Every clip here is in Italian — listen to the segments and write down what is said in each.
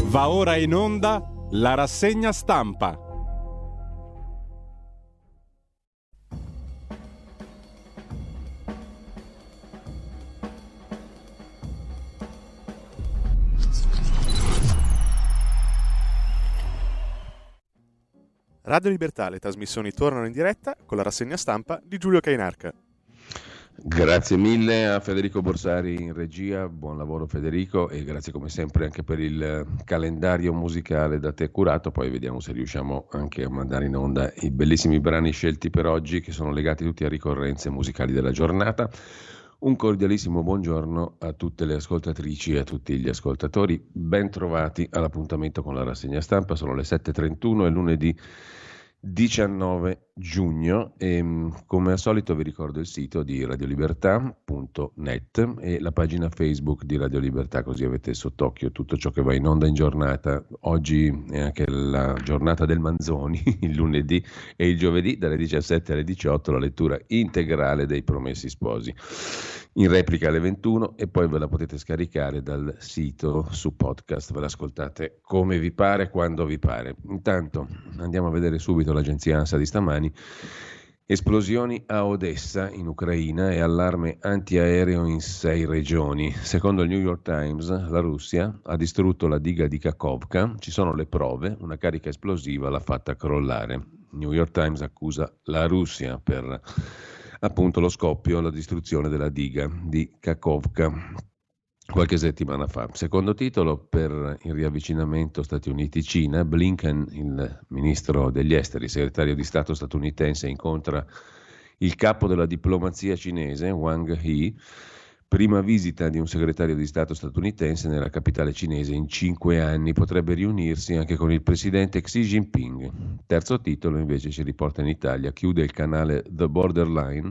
Va ora in onda la rassegna stampa. Radio Libertà, le trasmissioni tornano in diretta con la rassegna stampa di Giulio Cainarca. Grazie mille a Federico Borsari in regia, buon lavoro Federico, e grazie come sempre anche per il calendario musicale da te curato. Poi vediamo se riusciamo anche a mandare in onda i bellissimi brani scelti per oggi, che sono legati tutti a ricorrenze musicali della giornata. Un cordialissimo buongiorno a tutte le ascoltatrici e a tutti gli ascoltatori, ben trovati all'appuntamento con la rassegna stampa. Sono le 7.31 e lunedì 19 giugno e come al solito vi ricordo il sito di radiolibertà.net e la pagina Facebook di Radio Libertà, così avete sott'occhio tutto ciò che va in onda in giornata. Oggi è anche la giornata del Manzoni, il lunedì, e il giovedì dalle 17 alle 18 la lettura integrale dei Promessi Sposi, in replica alle 21, e poi ve la potete scaricare dal sito su podcast, ve l'ascoltate come vi pare, quando vi pare. Intanto andiamo a vedere subito l'agenzia ANSA di stamani. Esplosioni a Odessa in Ucraina e allarme antiaereo in 6 regioni. Secondo il New York Times, la Russia ha distrutto la diga di Kakhovka, ci sono le prove, una carica esplosiva l'ha fatta crollare. Il New York Times accusa la Russia per appunto lo scoppio, la distruzione della diga di Kakhovka qualche settimana fa. Secondo titolo, per il riavvicinamento Stati Uniti-Cina, Blinken, il ministro degli esteri, segretario di Stato statunitense, incontra il capo della diplomazia cinese, Wang Yi, prima visita di un segretario di Stato statunitense nella capitale cinese in 5 anni, potrebbe riunirsi anche con il presidente Xi Jinping. Terzo titolo invece ci riporta in Italia, chiude il canale The Borderline,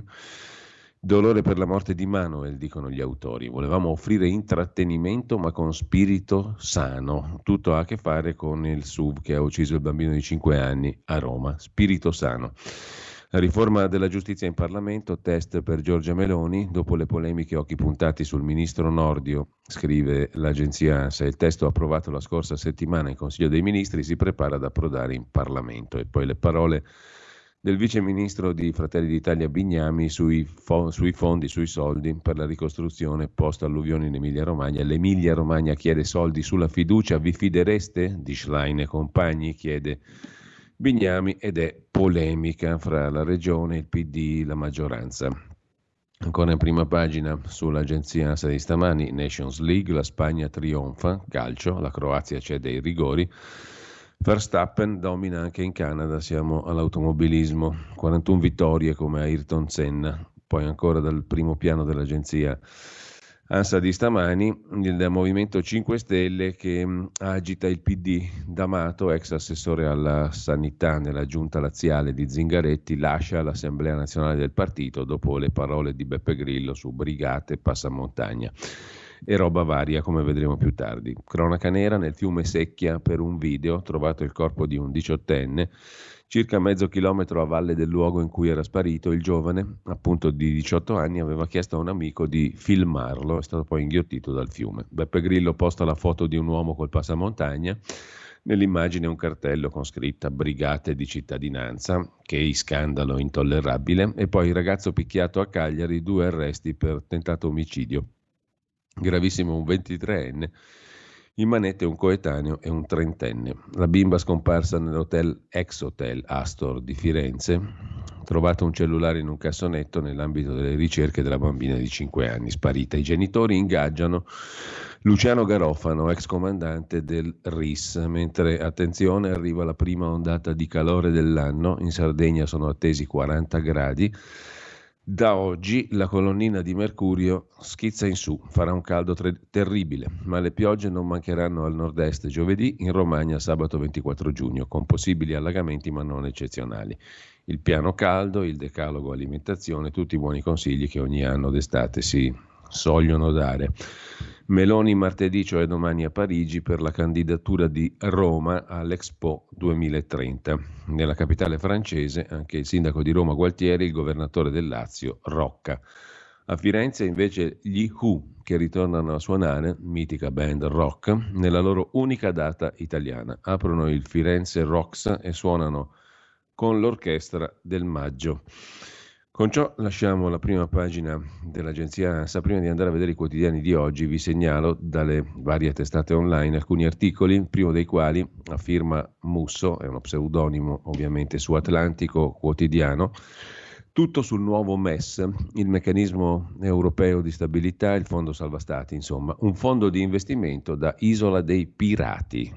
dolore per la morte di Manuel, dicono gli autori. Volevamo offrire intrattenimento ma con spirito sano. Tutto ha a che fare con il SUV che ha ucciso il bambino di 5 anni a Roma. Spirito sano. La riforma della giustizia in Parlamento, test per Giorgia Meloni. Dopo le polemiche occhi puntati sul ministro Nordio, scrive l'agenzia ANSA, il testo approvato la scorsa settimana in Consiglio dei Ministri si prepara ad approdare in Parlamento. E poi le parole del vice ministro di Fratelli d'Italia Bignami sui fondi, sui soldi per la ricostruzione post alluvioni in Emilia Romagna. L'Emilia Romagna chiede soldi sulla fiducia, vi fidereste? Di Schlein e compagni, chiede Bignami, ed è polemica fra la regione, il PD, la maggioranza. Ancora in prima pagina sull'agenzia ANSA di stamani, Nations League, la Spagna trionfa, calcio, la Croazia cede ai rigori. Verstappen domina anche in Canada, siamo all'automobilismo, 41 vittorie come Ayrton Senna. Poi ancora dal primo piano dell'agenzia ANSA di stamani, il Movimento 5 Stelle che agita il PD. D'Amato, ex assessore alla sanità nella giunta laziale di Zingaretti, lascia l'Assemblea nazionale del partito dopo le parole di Beppe Grillo su brigate e passamontagna. E roba varia, come vedremo più tardi. Cronaca nera nel fiume Secchia per un video, trovato il corpo di un 18enne, circa mezzo chilometro a valle del luogo in cui era sparito. Il giovane, appunto di 18 anni, aveva chiesto a un amico di filmarlo, è stato poi inghiottito dal fiume. Beppe Grillo posta la foto di un uomo col passamontagna, nell'immagine un cartello con scritta Brigate di cittadinanza, che scandalo intollerabile, e poi il ragazzo picchiato a Cagliari, 2 arresti per tentato omicidio. Gravissimo un 23enne, in manette un coetaneo e un 30enne. La bimba scomparsa nell'hotel ex hotel Astor di Firenze, trovato un cellulare in un cassonetto nell'ambito delle ricerche della bambina di 5 anni sparita. I genitori ingaggiano Luciano Garofano, ex comandante del RIS, mentre, attenzione, arriva la prima ondata di calore dell'anno. In Sardegna sono attesi 40 gradi. Da oggi la colonnina di mercurio schizza in su, farà un caldo terribile, ma le piogge non mancheranno al nord-est giovedì, in Romagna sabato 24 giugno, con possibili allagamenti ma non eccezionali. Il piano caldo, il decalogo alimentazione, tutti i buoni consigli che ogni anno d'estate si sogliono dare. Meloni martedì, cioè domani, a Parigi per la candidatura di Roma all'Expo 2030. Nella capitale francese anche il sindaco di Roma Gualtieri, il governatore del Lazio Rocca. A Firenze invece gli Who, che ritornano a suonare, mitica band rock, nella loro unica data italiana. Aprono il Firenze Rocks e suonano con l'orchestra del Maggio. Con ciò lasciamo la prima pagina dell'agenzia ANSA. Prima di andare a vedere i quotidiani di oggi vi segnalo dalle varie testate online alcuni articoli, il primo dei quali a firma Musso, è uno pseudonimo ovviamente, su Atlantico Quotidiano. Tutto sul nuovo MES, il meccanismo europeo di stabilità, il fondo salva stati, insomma, un fondo di investimento da isola dei pirati,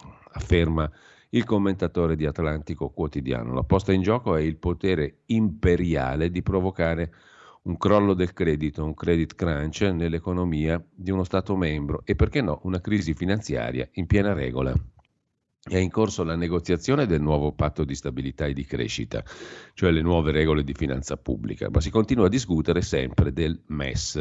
afferma il commentatore di Atlantico Quotidiano. La posta in gioco è il potere imperiale di provocare un crollo del credito, un credit crunch nell'economia di uno Stato membro e, perché no, una crisi finanziaria in piena regola. È in corso la negoziazione del nuovo patto di stabilità e di crescita, cioè le nuove regole di finanza pubblica, ma si continua a discutere sempre del MES.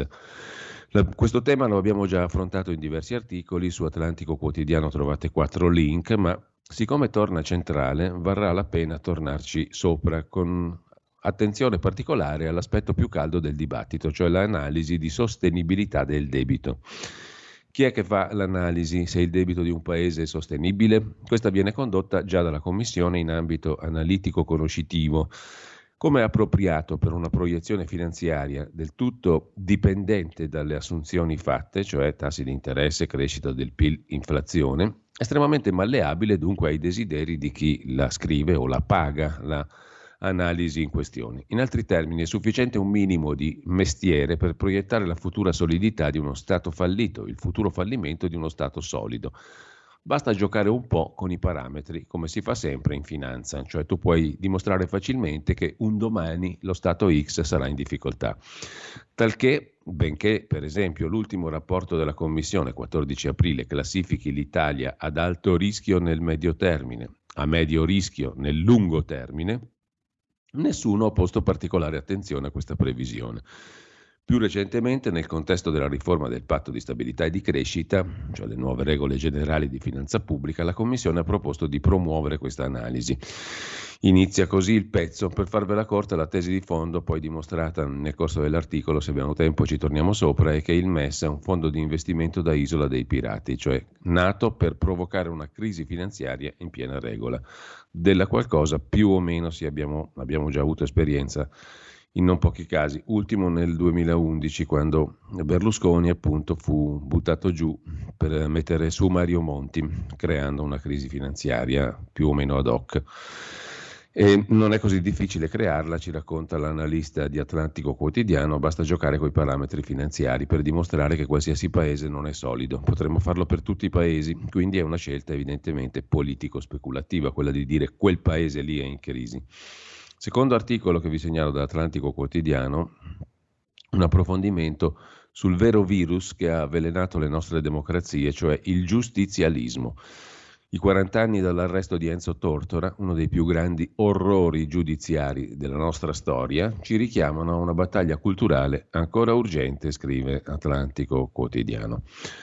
Questo tema lo abbiamo già affrontato in diversi articoli, su Atlantico Quotidiano trovate 4 link, ma siccome torna centrale varrà la pena tornarci sopra con attenzione particolare all'aspetto più caldo del dibattito, cioè l'analisi di sostenibilità del debito. Chi è che fa l'analisi se il debito di un paese è sostenibile? Questa viene condotta già dalla Commissione in ambito analitico-conoscitivo, come è appropriato per una proiezione finanziaria del tutto dipendente dalle assunzioni fatte, cioè tassi di interesse, crescita del PIL, inflazione, estremamente malleabile dunque ai desideri di chi la scrive o la paga, la analisi in questione. In altri termini, è sufficiente un minimo di mestiere per proiettare la futura solidità di uno Stato fallito, il futuro fallimento di uno Stato solido. Basta giocare un po' con i parametri, come si fa sempre in finanza, cioè tu puoi dimostrare facilmente che un domani lo Stato X sarà in difficoltà. Talché, benché per esempio l'ultimo rapporto della Commissione, 14 aprile, classifichi l'Italia ad alto rischio nel medio termine, a medio rischio nel lungo termine, nessuno ha posto particolare attenzione a questa previsione. Più recentemente, nel contesto della riforma del patto di stabilità e di crescita, cioè le nuove regole generali di finanza pubblica, la Commissione ha proposto di promuovere questa analisi. Inizia così il pezzo. Per farvela corta, la tesi di fondo, poi dimostrata nel corso dell'articolo, se abbiamo tempo ci torniamo sopra, è che il MES è un fondo di investimento da isola dei pirati, cioè nato per provocare una crisi finanziaria in piena regola, della qualcosa più o meno abbiamo già avuto esperienza in non pochi casi, ultimo nel 2011 quando Berlusconi appunto fu buttato giù per mettere su Mario Monti, creando una crisi finanziaria più o meno ad hoc. E non è così difficile crearla, ci racconta l'analista di Atlantico Quotidiano, basta giocare coi parametri finanziari per dimostrare che qualsiasi paese non è solido. Potremmo farlo per tutti i paesi, quindi è una scelta evidentemente politico-speculativa, quella di dire quel paese lì è in crisi. Secondo articolo che vi segnalo da Atlantico Quotidiano, un approfondimento sul vero virus che ha avvelenato le nostre democrazie, cioè il giustizialismo. I 40 anni dall'arresto di Enzo Tortora, uno dei più grandi orrori giudiziari della nostra storia, ci richiamano a una battaglia culturale ancora urgente, scrive Atlantico Quotidiano.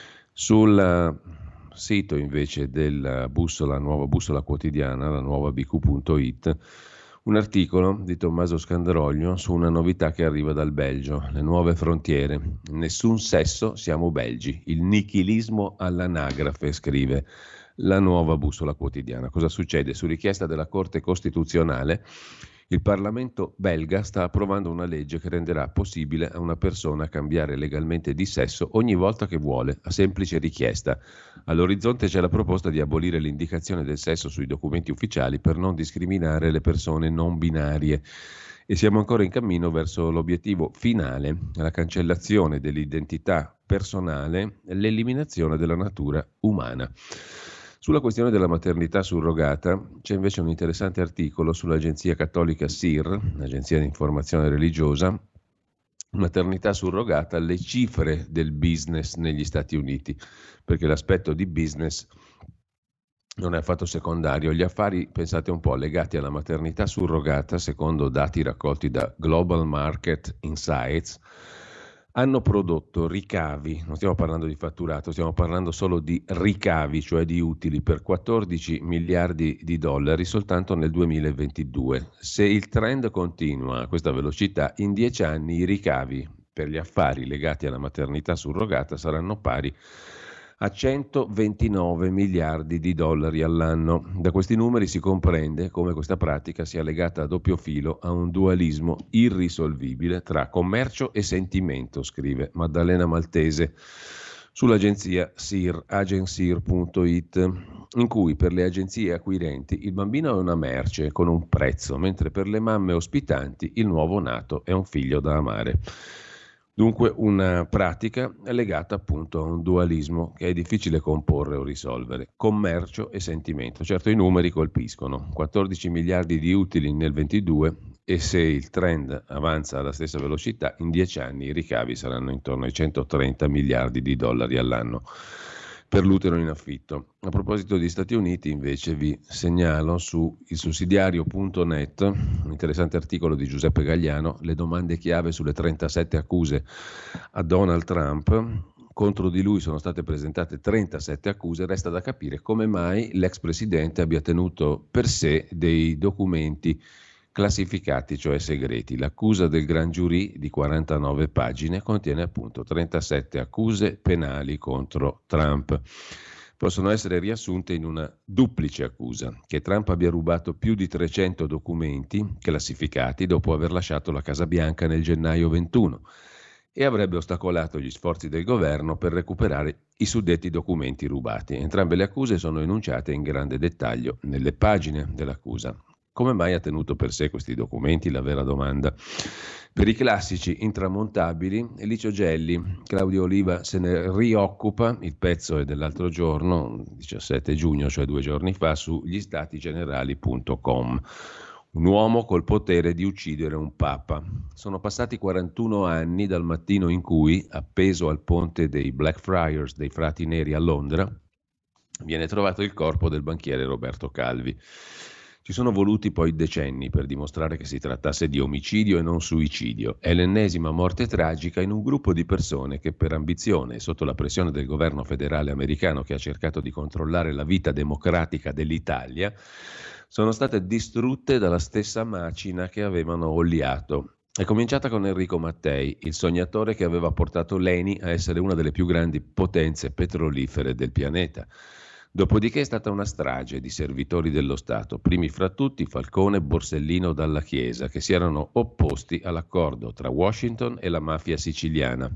Sul sito invece della bussola, nuova bussola quotidiana, la nuova bq.it, un articolo di Tommaso Scandroglio su una novità che arriva dal Belgio, le nuove frontiere. Nessun sesso, siamo belgi. Il nichilismo all'anagrafe, scrive la nuova bussola quotidiana. Cosa succede? Su richiesta della Corte Costituzionale, il Parlamento belga sta approvando una legge che renderà possibile a una persona cambiare legalmente di sesso ogni volta che vuole, a semplice richiesta. All'orizzonte c'è la proposta di abolire l'indicazione del sesso sui documenti ufficiali per non discriminare le persone non binarie. E siamo ancora in cammino verso l'obiettivo finale, la cancellazione dell'identità personale e l'eliminazione della natura umana. Sulla questione della maternità surrogata c'è invece un interessante articolo sull'agenzia cattolica SIR, l'agenzia di informazione religiosa, maternità surrogata, le cifre del business negli Stati Uniti, perché l'aspetto di business non è affatto secondario. Gli affari, pensate un po', legati alla maternità surrogata, secondo dati raccolti da Global Market Insights, hanno prodotto ricavi, non stiamo parlando di fatturato, stiamo parlando solo di ricavi, cioè di utili, per 14 miliardi di dollari soltanto nel 2022. Se il trend continua a questa velocità, in 10 anni i ricavi per gli affari legati alla maternità surrogata saranno pari a 129 miliardi di dollari all'anno. Da questi numeri si comprende come questa pratica sia legata a doppio filo a un dualismo irrisolvibile tra commercio e sentimento, scrive Maddalena Maltese sull'agenzia SIR, agensir.it, in cui per le agenzie acquirenti il bambino è una merce con un prezzo, mentre per le mamme ospitanti il nuovo nato è un figlio da amare. Dunque una pratica legata appunto a un dualismo che è difficile comporre o risolvere, commercio e sentimento. Certo i numeri colpiscono, 14 miliardi di utili nel 22 e se il trend avanza alla stessa velocità in 10 anni i ricavi saranno intorno ai 130 miliardi di dollari all'anno per l'utero in affitto. A proposito di Stati Uniti invece vi segnalo su il sussidiario.net un interessante articolo di Giuseppe Gagliano, le domande chiave sulle 37 accuse a Donald Trump. Contro di lui sono state presentate 37 accuse, resta da capire come mai l'ex presidente abbia tenuto per sé dei documenti classificati, cioè segreti. L'accusa del Grand Jury di 49 pagine contiene appunto 37 accuse penali contro Trump. Possono essere riassunte in una duplice accusa, che Trump abbia rubato più di 300 documenti classificati dopo aver lasciato la Casa Bianca nel gennaio 21 e avrebbe ostacolato gli sforzi del governo per recuperare i suddetti documenti rubati. Entrambe le accuse sono enunciate in grande dettaglio nelle pagine dell'accusa. Come mai ha tenuto per sé questi documenti? La vera domanda. Per i classici intramontabili, Licio Gelli, Claudio Oliva se ne rioccupa, il pezzo è dell'altro giorno, 17 giugno, cioè 2 giorni fa, su gli statigenerali.com. Un uomo col potere di uccidere un papa. Sono passati 41 anni dal mattino in cui, appeso al ponte dei Blackfriars dei Frati Neri a Londra, viene trovato il corpo del banchiere Roberto Calvi. Ci sono voluti poi decenni per dimostrare che si trattasse di omicidio e non suicidio. È l'ennesima morte tragica in un gruppo di persone che per ambizione e sotto la pressione del governo federale americano che ha cercato di controllare la vita democratica dell'Italia sono state distrutte dalla stessa macina che avevano oliato. È cominciata con Enrico Mattei, il sognatore che aveva portato l'ENI a essere una delle più grandi potenze petrolifere del pianeta. Dopodiché è stata una strage di servitori dello Stato, primi fra tutti Falcone e Borsellino Dalla Chiesa, che si erano opposti all'accordo tra Washington e la mafia siciliana,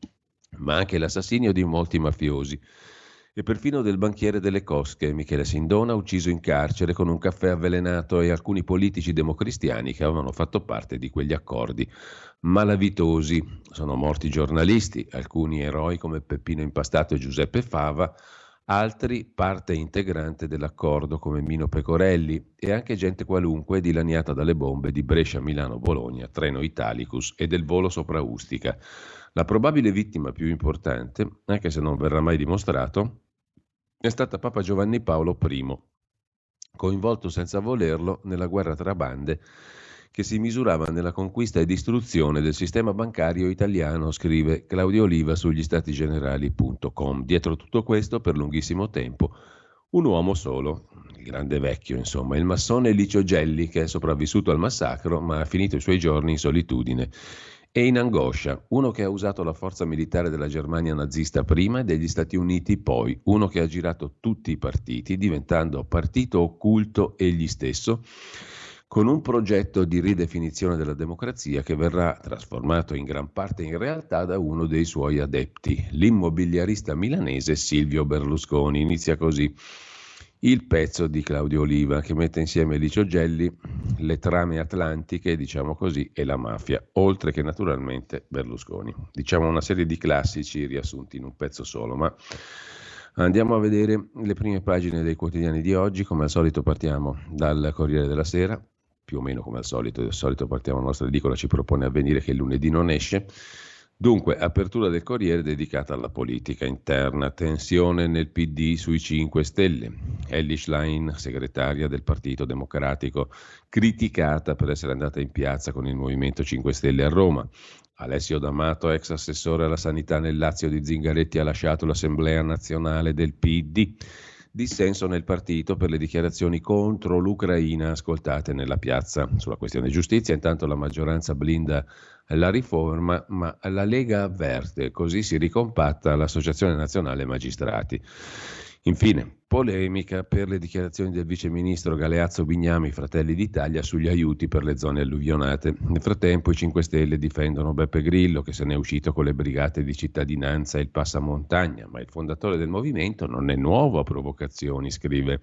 ma anche l'assassinio di molti mafiosi e perfino del banchiere delle cosche, Michele Sindona, ucciso in carcere con un caffè avvelenato, e alcuni politici democristiani che avevano fatto parte di quegli accordi malavitosi. Sono morti giornalisti, alcuni eroi come Peppino Impastato e Giuseppe Fava, altri parte integrante dell'accordo come Mino Pecorelli e anche gente qualunque dilaniata dalle bombe di Brescia, Milano, Bologna, Treno Italicus e del volo sopra Ustica. La probabile vittima più importante, anche se non verrà mai dimostrato, è stata Papa Giovanni Paolo I, coinvolto senza volerlo nella guerra tra bande che si misurava nella conquista e distruzione del sistema bancario italiano, scrive Claudio Oliva sugli statigenerali.com. Dietro tutto questo, per lunghissimo tempo, un uomo solo, il grande vecchio, insomma, il massone Licio Gelli, che è sopravvissuto al massacro, ma ha finito i suoi giorni in solitudine e in angoscia. Uno che ha usato la forza militare della Germania nazista prima e degli Stati Uniti poi. Uno che ha girato tutti i partiti, diventando partito occulto egli stesso, con un progetto di ridefinizione della democrazia che verrà trasformato in gran parte in realtà da uno dei suoi adepti, l'immobiliarista milanese Silvio Berlusconi. Inizia così il pezzo di Claudio Oliva, che mette insieme Licio Gelli, le trame atlantiche, diciamo così, e la mafia, oltre che naturalmente Berlusconi. Diciamo una serie di classici riassunti in un pezzo solo, ma andiamo a vedere le prime pagine dei quotidiani di oggi. Come al solito partiamo dal Corriere della Sera, più o meno come al solito. Al solito partiamo, la nostra edicola ci propone Avvenire che il lunedì non esce. Dunque, apertura del Corriere dedicata alla politica interna, tensione nel PD sui 5 Stelle. Elly Schlein, segretaria del Partito Democratico, criticata per essere andata in piazza con il Movimento 5 Stelle a Roma. Alessio D'Amato, ex assessore alla sanità nel Lazio di Zingaretti, ha lasciato l'Assemblea Nazionale del PD. dissenso nel partito per le dichiarazioni contro l'Ucraina ascoltate nella piazza. Sulla questione giustizia, intanto la maggioranza blinda la riforma, ma la Lega avverte, così si ricompatta l'Associazione Nazionale Magistrati. Infine, polemica per le dichiarazioni del viceministro Galeazzo Bignami, Fratelli d'Italia, sugli aiuti per le zone alluvionate. Nel frattempo i 5 Stelle difendono Beppe Grillo, che se n'è uscito con le brigate di cittadinanza e il passamontagna, ma il fondatore del movimento non è nuovo a provocazioni, scrive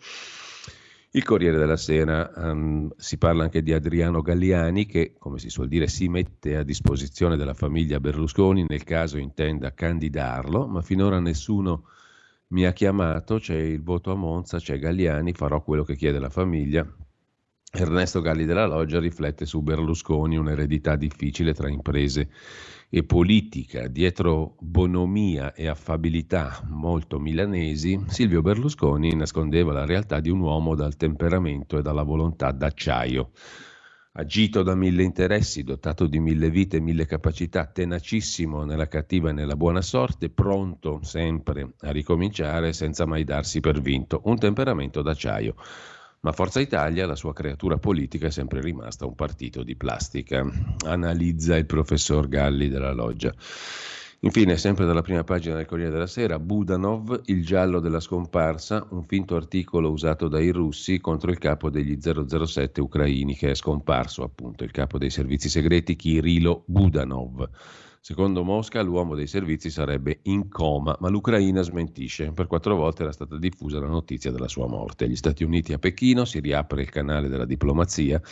il Corriere della Sera. Si parla anche di Adriano Galliani che, come si suol dire, si mette a disposizione della famiglia Berlusconi nel caso intenda candidarlo, ma finora nessuno mi ha chiamato, c'è il voto a Monza, c'è Galliani, farò quello che chiede la famiglia. Ernesto Galli della Loggia riflette su Berlusconi, un'eredità difficile tra imprese e politica. Dietro bonomia e affabilità molto milanesi, Silvio Berlusconi nascondeva la realtà di un uomo dal temperamento e dalla volontà d'acciaio. Agito da 1000 interessi, dotato di 1000 vite e 1000 capacità, tenacissimo nella cattiva e nella buona sorte, pronto sempre a ricominciare senza mai darsi per vinto, un temperamento d'acciaio. Ma Forza Italia, la sua creatura politica, è sempre rimasta un partito di plastica, analizza il professor Galli della Loggia. Infine, sempre dalla prima pagina del Corriere della Sera, Budanov, il giallo della scomparsa, un finto articolo usato dai russi contro il capo degli 007 ucraini, che è scomparso appunto, il capo dei servizi segreti Kirilo Budanov. Secondo Mosca l'uomo dei servizi sarebbe in coma, ma l'Ucraina smentisce. Per 4 volte era stata diffusa la notizia della sua morte. Gli Stati Uniti a Pechino, si riapre il canale della diplomazia.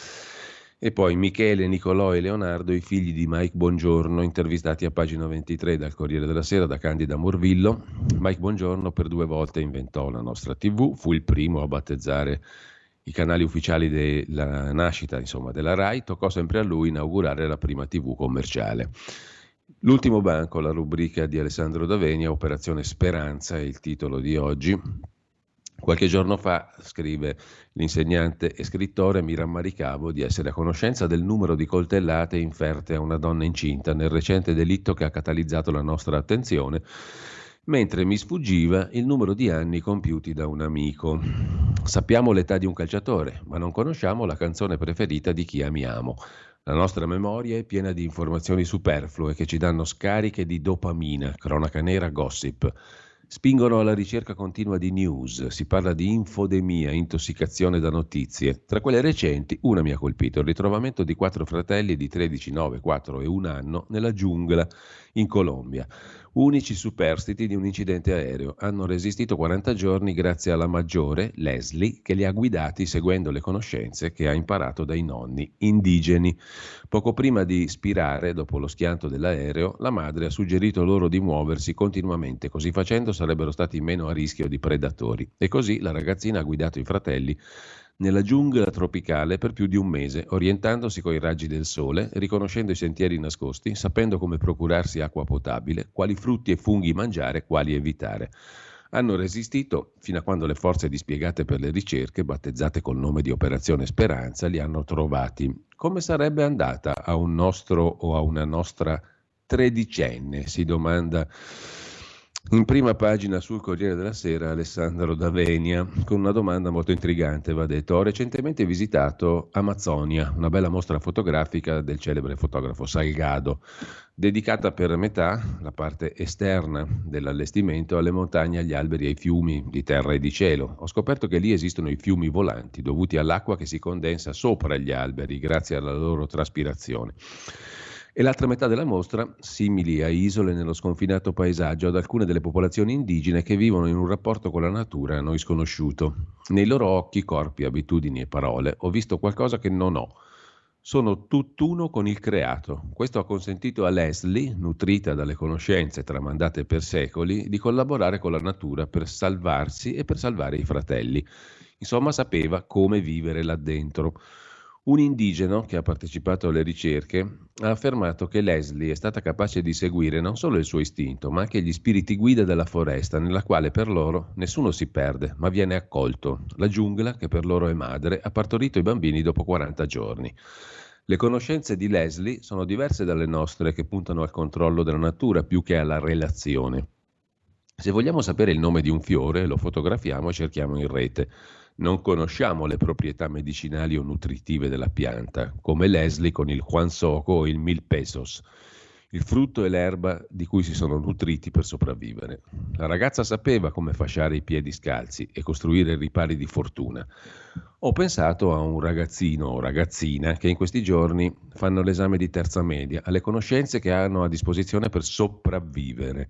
E poi Michele, Nicolò e Leonardo, i figli di Mike Bongiorno, intervistati a pagina 23 dal Corriere della Sera da Candida Morvillo. Mike Bongiorno per 2 volte inventò la nostra TV, fu il primo a battezzare i canali ufficiali della nascita, insomma, della RAI. Toccò sempre a lui inaugurare la prima TV commerciale. L'ultimo banco, la rubrica di Alessandro D'Avenia, Operazione Speranza, è il titolo di oggi. Qualche giorno fa, scrive l'insegnante e scrittore, mi rammaricavo di essere a conoscenza del numero di coltellate inferte a una donna incinta nel recente delitto che ha catalizzato la nostra attenzione, mentre mi sfuggiva il numero di anni compiuti da un amico. Sappiamo l'età di un calciatore, ma non conosciamo la canzone preferita di chi amiamo. La nostra memoria è piena di informazioni superflue che ci danno scariche di dopamina, cronaca nera, gossip. Spingono alla ricerca continua di news, si parla di infodemia, intossicazione da notizie. Tra quelle recenti, una mi ha colpito, il ritrovamento di 4 fratelli di 13, 9, 4 e 1 anno nella giungla in Colombia. Unici superstiti di un incidente aereo. Hanno resistito 40 giorni grazie alla maggiore, Leslie, che li ha guidati seguendo le conoscenze che ha imparato dai nonni indigeni. Poco prima di spirare, dopo lo schianto dell'aereo, la madre ha suggerito loro di muoversi continuamente, così facendo sarebbero stati meno a rischio di predatori. E così la ragazzina ha guidato i fratelli nella giungla tropicale per più di un mese, orientandosi coi raggi del sole, riconoscendo i sentieri nascosti, sapendo come procurarsi acqua potabile, quali frutti e funghi mangiare, quali evitare. Hanno resistito fino a quando le forze dispiegate per le ricerche, battezzate col nome di Operazione Speranza, li hanno trovati. Come sarebbe andata a un nostro o a una nostra tredicenne, si domanda in prima pagina sul Corriere della Sera Alessandro D'Avenia, con una domanda molto intrigante, va detto. Ho recentemente visitato Amazzonia, una bella mostra fotografica del celebre fotografo Salgado, dedicata per metà, la parte esterna dell'allestimento, alle montagne, agli alberi e ai fiumi di terra e di cielo. Ho scoperto che lì esistono i fiumi volanti, dovuti all'acqua che si condensa sopra gli alberi grazie alla loro traspirazione. E l'altra metà della mostra, simili a isole nello sconfinato paesaggio, ad alcune delle popolazioni indigene che vivono in un rapporto con la natura a noi sconosciuto. Nei loro occhi, corpi, abitudini e parole ho visto qualcosa che non ho. Sono tutt'uno con il creato. Questo ha consentito a Leslie, nutrita dalle conoscenze tramandate per secoli, di collaborare con la natura per salvarsi e per salvare i fratelli. Insomma, sapeva come vivere là dentro. Un indigeno che ha partecipato alle ricerche ha affermato che Leslie è stata capace di seguire non solo il suo istinto, ma anche gli spiriti guida della foresta, nella quale per loro nessuno si perde, ma viene accolto. La giungla, che per loro è madre, ha partorito i bambini dopo 40 giorni. Le conoscenze di Leslie sono diverse dalle nostre, che puntano al controllo della natura più che alla relazione. Se vogliamo sapere il nome di un fiore, lo fotografiamo e cerchiamo in rete. Non conosciamo le proprietà medicinali o nutritive della pianta, come Leslie con il Juan Soco o il Mil Pesos. Il frutto è l'erba di cui si sono nutriti per sopravvivere. La ragazza sapeva come fasciare i piedi scalzi e costruire ripari di fortuna. Ho pensato a un ragazzino o ragazzina che in questi giorni fanno l'esame di terza media, alle conoscenze che hanno a disposizione per sopravvivere.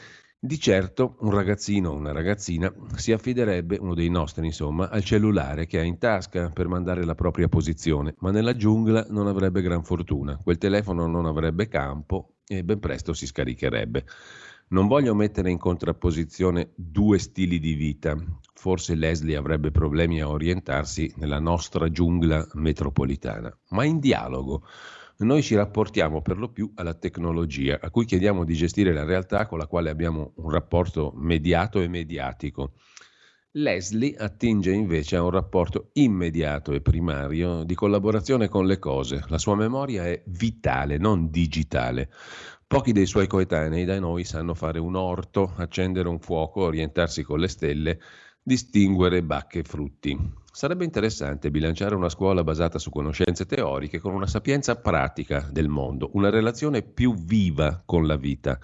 Di certo un ragazzino o una ragazzina si affiderebbe, uno dei nostri insomma, al cellulare che ha in tasca per mandare la propria posizione, ma nella giungla non avrebbe gran fortuna. Quel telefono non avrebbe campo e ben presto si scaricherebbe. Non voglio mettere in contrapposizione due stili di vita. Forse Leslie avrebbe problemi a orientarsi nella nostra giungla metropolitana, ma in dialogo. Noi ci rapportiamo per lo più alla tecnologia, a cui chiediamo di gestire la realtà con la quale abbiamo un rapporto mediato e mediatico. Leslie attinge invece a un rapporto immediato e primario di collaborazione con le cose. La sua memoria è vitale, non digitale. Pochi dei suoi coetanei da noi sanno fare un orto, accendere un fuoco, orientarsi con le stelle, distinguere bacche e frutti. Sarebbe interessante bilanciare una scuola basata su conoscenze teoriche con una sapienza pratica del mondo, una relazione più viva con la vita.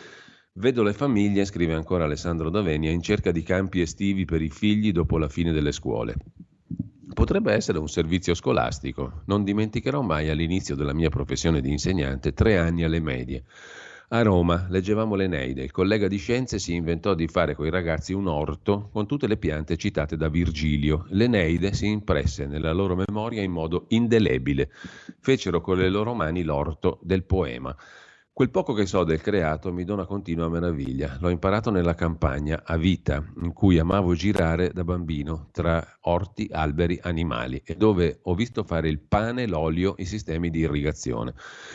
Vedo le famiglie, scrive ancora Alessandro Davenia, in cerca di campi estivi per i figli dopo la fine delle scuole. Potrebbe essere un servizio scolastico. Non dimenticherò mai all'inizio della mia professione di insegnante 3 anni alle medie. A Roma leggevamo l'Eneide. Il collega di scienze si inventò di fare coi ragazzi un orto con tutte le piante citate da Virgilio. L'Eneide si impresse nella loro memoria in modo indelebile. Fecero con le loro mani l'orto del poema. Quel poco che so del creato mi dona continua meraviglia. L'ho imparato nella campagna, a vita, in cui amavo girare da bambino tra orti, alberi, animali e dove ho visto fare il pane, l'olio, i sistemi di irrigazione.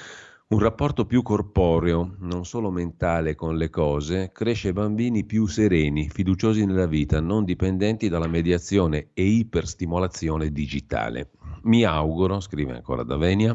Un rapporto più corporeo, non solo mentale con le cose, cresce bambini più sereni, fiduciosi nella vita, non dipendenti dalla mediazione e iperstimolazione digitale. Mi auguro, scrive ancora Davenia,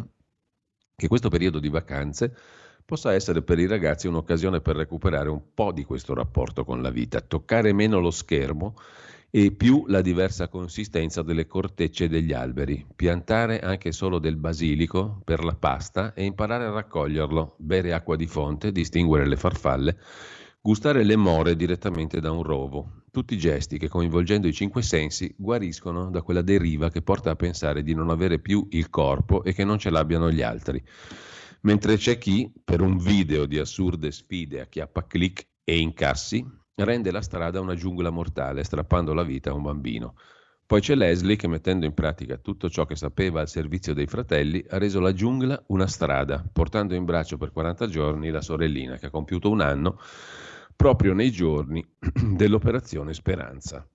che questo periodo di vacanze possa essere per i ragazzi un'occasione per recuperare un po' di questo rapporto con la vita, toccare meno lo schermo e più la diversa consistenza delle cortecce degli alberi, piantare anche solo del basilico per la pasta e imparare a raccoglierlo, bere acqua di fonte, distinguere le farfalle, gustare le more direttamente da un rovo. Tutti gesti che, coinvolgendo i 5 sensi, guariscono da quella deriva che porta a pensare di non avere più il corpo e che non ce l'abbiano gli altri. Mentre c'è chi, per un video di assurde sfide a chiappa-clic e incassi, rende la strada una giungla mortale, strappando la vita a un bambino. Poi c'è Leslie che, mettendo in pratica tutto ciò che sapeva al servizio dei fratelli, ha reso la giungla una strada, portando in braccio per 40 giorni la sorellina, che ha compiuto 1 anno, proprio nei giorni dell'Operazione Speranza.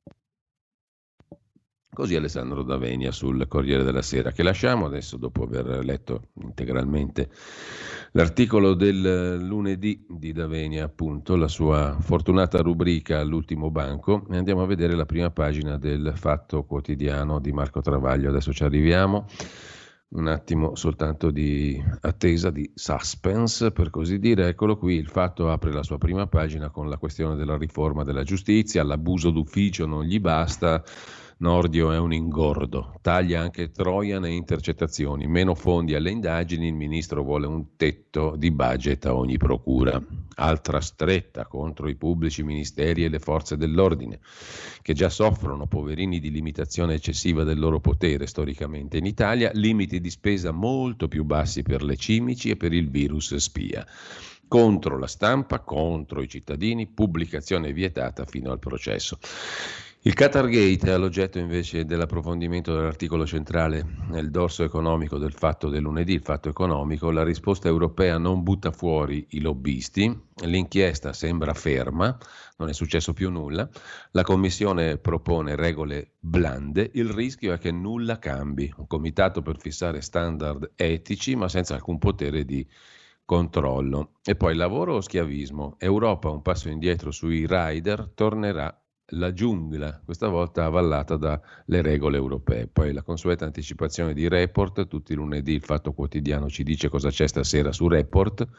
Così Alessandro Davenia sul Corriere della Sera, che lasciamo adesso dopo aver letto integralmente l'articolo del lunedì di Davenia, appunto, la sua fortunata rubrica All'ultimo banco, e andiamo a vedere la prima pagina del Fatto Quotidiano di Marco Travaglio. Adesso ci arriviamo. Un attimo soltanto di attesa, di suspense per così dire. Eccolo qui, il Fatto apre la sua prima pagina con la questione della riforma della giustizia. L'abuso d'ufficio non gli basta, Nordio è un ingordo, taglia anche Trojan e intercettazioni, meno fondi alle indagini, il ministro vuole un tetto di budget a ogni procura. Altra stretta contro i pubblici ministeri e le forze dell'ordine, che già soffrono, poverini, di limitazione eccessiva del loro potere storicamente in Italia, limiti di spesa molto più bassi per le cimici e per il virus spia. Contro la stampa, contro i cittadini, pubblicazione vietata fino al processo. Il Qatargate è all'oggetto invece dell'approfondimento dell'articolo centrale nel dorso economico del Fatto del lunedì, il Fatto economico. La risposta europea non butta fuori i lobbisti, l'inchiesta sembra ferma, non è successo più nulla, la Commissione propone regole blande, il rischio è che nulla cambi, un comitato per fissare standard etici ma senza alcun potere di controllo. E poi lavoro o schiavismo? Europa un passo indietro sui rider, tornerà la giungla, questa volta avallata dalle regole europee. Poi la consueta anticipazione di Report, tutti i lunedì il Fatto Quotidiano ci dice cosa c'è stasera su Report.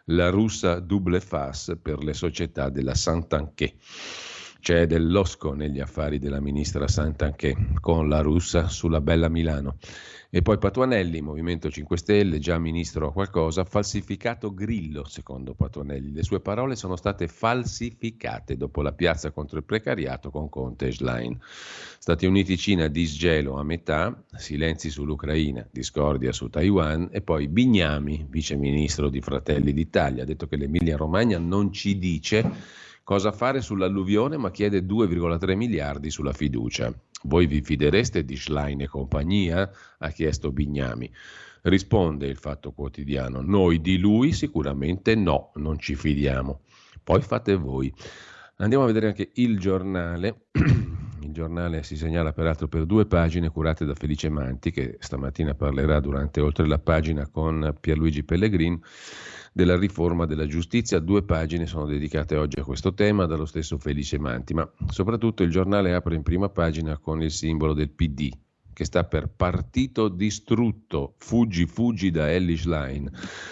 la russa double face per le società della Santanchè. C'è del losco negli affari della ministra Santanchè con la russa sulla bella Milano. E poi Patuanelli, Movimento 5 Stelle, già ministro a qualcosa, falsificato Grillo, secondo Patuanelli. Le sue parole sono state falsificate dopo la piazza contro il precariato con Conte e Schlein. Stati Uniti-Cina disgelo a metà, silenzi sull'Ucraina, discordia su Taiwan, e poi Bignami, vice ministro di Fratelli d'Italia, ha detto che l'Emilia-Romagna non ci dice cosa fare sull'alluvione, ma chiede 2,3 miliardi sulla fiducia. Voi vi fidereste di Schlein e compagnia? Ha chiesto Bignami. Risponde il Fatto Quotidiano: noi di lui sicuramente no, non ci fidiamo. Poi fate voi. Andiamo a vedere anche Il Giornale. Il Giornale si segnala peraltro per 2 pagine curate da Felice Manti, che stamattina parlerà durante Oltre la pagina con Pierluigi Pellegrin della riforma della giustizia. 2 pagine sono dedicate oggi a questo tema dallo stesso Felice Manti, ma soprattutto il Giornale apre in prima pagina con il simbolo del PD, che sta per partito distrutto, fuggi da Elly Schlein.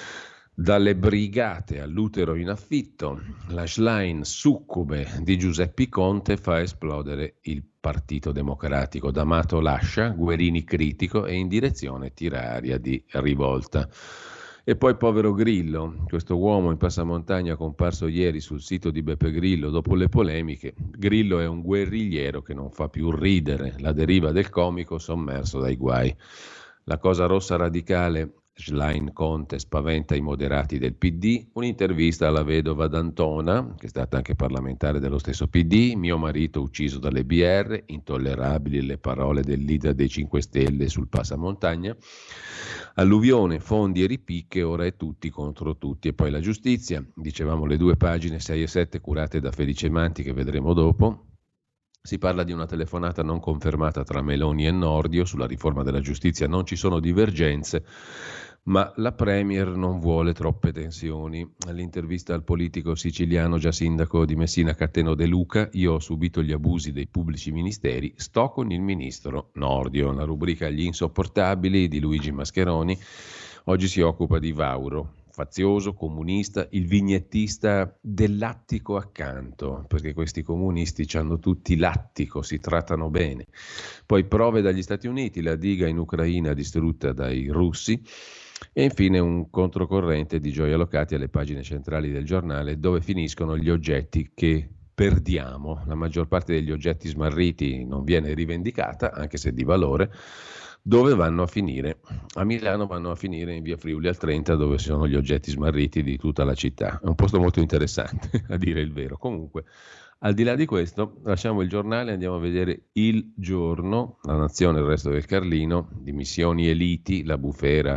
Dalle brigate all'utero in affitto, la Schlein succube di Giuseppe Conte fa esplodere il Partito Democratico. D'Amato lascia, Guerini critico e in direzione tira aria di rivolta. E poi povero Grillo, questo uomo in passamontagna comparso ieri sul sito di Beppe Grillo dopo le polemiche. Grillo è un guerrigliero che non fa più ridere, la deriva del comico sommerso dai guai. La cosa rossa radicale, Schlein Conte spaventa i moderati del PD, un'intervista alla vedova D'Antona, che è stata anche parlamentare dello stesso PD, mio marito ucciso dalle BR, intollerabili le parole del leader dei 5 Stelle sul passamontagna, alluvione, fondi e ripicche, ora è tutti contro tutti. E poi la giustizia, dicevamo le 2 pagine 6 e 7 curate da Felice Manti che vedremo dopo. Si parla di una telefonata non confermata tra Meloni e Nordio sulla riforma della giustizia, non ci sono divergenze, ma la Premier non vuole troppe tensioni. All'intervista al politico siciliano già sindaco di Messina Cateno De Luca: io ho subito gli abusi dei pubblici ministeri, sto con il ministro Nordio. La rubrica Gli insopportabili di Luigi Mascheroni oggi si occupa di Vauro, fazioso, comunista, il vignettista dell'attico accanto, perché questi comunisti hanno tutti l'attico, si trattano bene. Poi prove dagli Stati Uniti, la diga in Ucraina distrutta dai russi. E infine un controcorrente di Gioia Locati alle pagine centrali del giornale, dove finiscono gli oggetti che perdiamo. La maggior parte degli oggetti smarriti non viene rivendicata, anche se di valore. Dove vanno a finire? A Milano vanno a finire in via Friuli al 30, dove sono gli oggetti smarriti di tutta la città. È un posto molto interessante, a dire il vero. Comunque, al di là di questo, lasciamo il giornale e andiamo a vedere Il Giorno, La Nazione, il resto del Carlino, dimissioni e liti, la bufera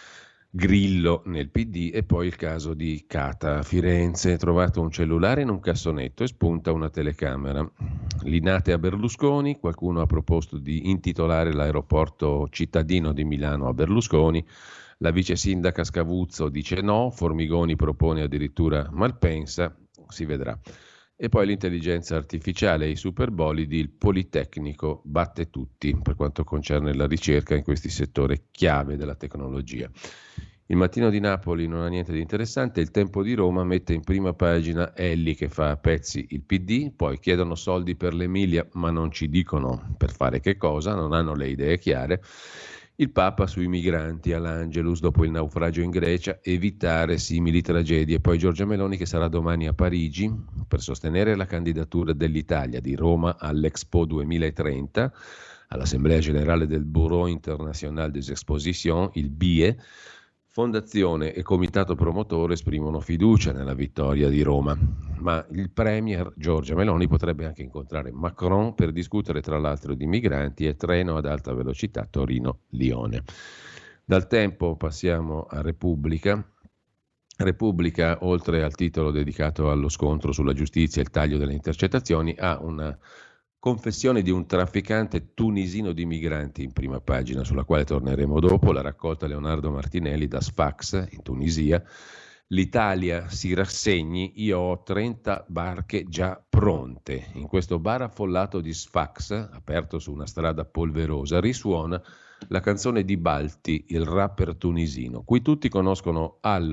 Grillo nel PD, e poi il caso di Cata a Firenze. Trovato un cellulare in un cassonetto e spunta una telecamera. Linate a Berlusconi, qualcuno ha proposto di intitolare l'aeroporto cittadino di Milano a Berlusconi, la vice sindaca Scavuzzo dice no, Formigoni propone addirittura Malpensa, si vedrà. E poi l'intelligenza artificiale e i superbolidi, il Politecnico batte tutti per quanto concerne la ricerca in questi settori chiave della tecnologia. Il Mattino di Napoli non ha niente di interessante, il Tempo di Roma mette in prima pagina Elly che fa a pezzi il PD, poi chiedono soldi per l'Emilia ma non ci dicono per fare che cosa, non hanno le idee chiare. Il Papa sui migranti all'Angelus dopo il naufragio in Grecia, evitare simili tragedie. Poi Giorgia Meloni che sarà domani a Parigi per sostenere la candidatura dell'Italia di Roma all'Expo 2030, all'Assemblea Generale del Bureau International des Expositions, il BIE. Fondazione e comitato promotore esprimono fiducia nella vittoria di Roma, ma il premier Giorgia Meloni potrebbe anche incontrare Macron per discutere tra l'altro di migranti e treno ad alta velocità Torino-Lione. Dal Tempo passiamo a Repubblica. Repubblica, oltre al titolo dedicato allo scontro sulla giustizia e il taglio delle intercettazioni, ha una confessione di un trafficante tunisino di migranti in prima pagina, sulla quale torneremo dopo. La raccolta Leonardo Martinelli da Sfax in Tunisia. L'Italia si rassegni, io ho 30 barche già pronte. In questo bar affollato di Sfax, aperto su una strada polverosa, risuona la canzone di Balti, il rapper tunisino. Qui tutti conoscono Allo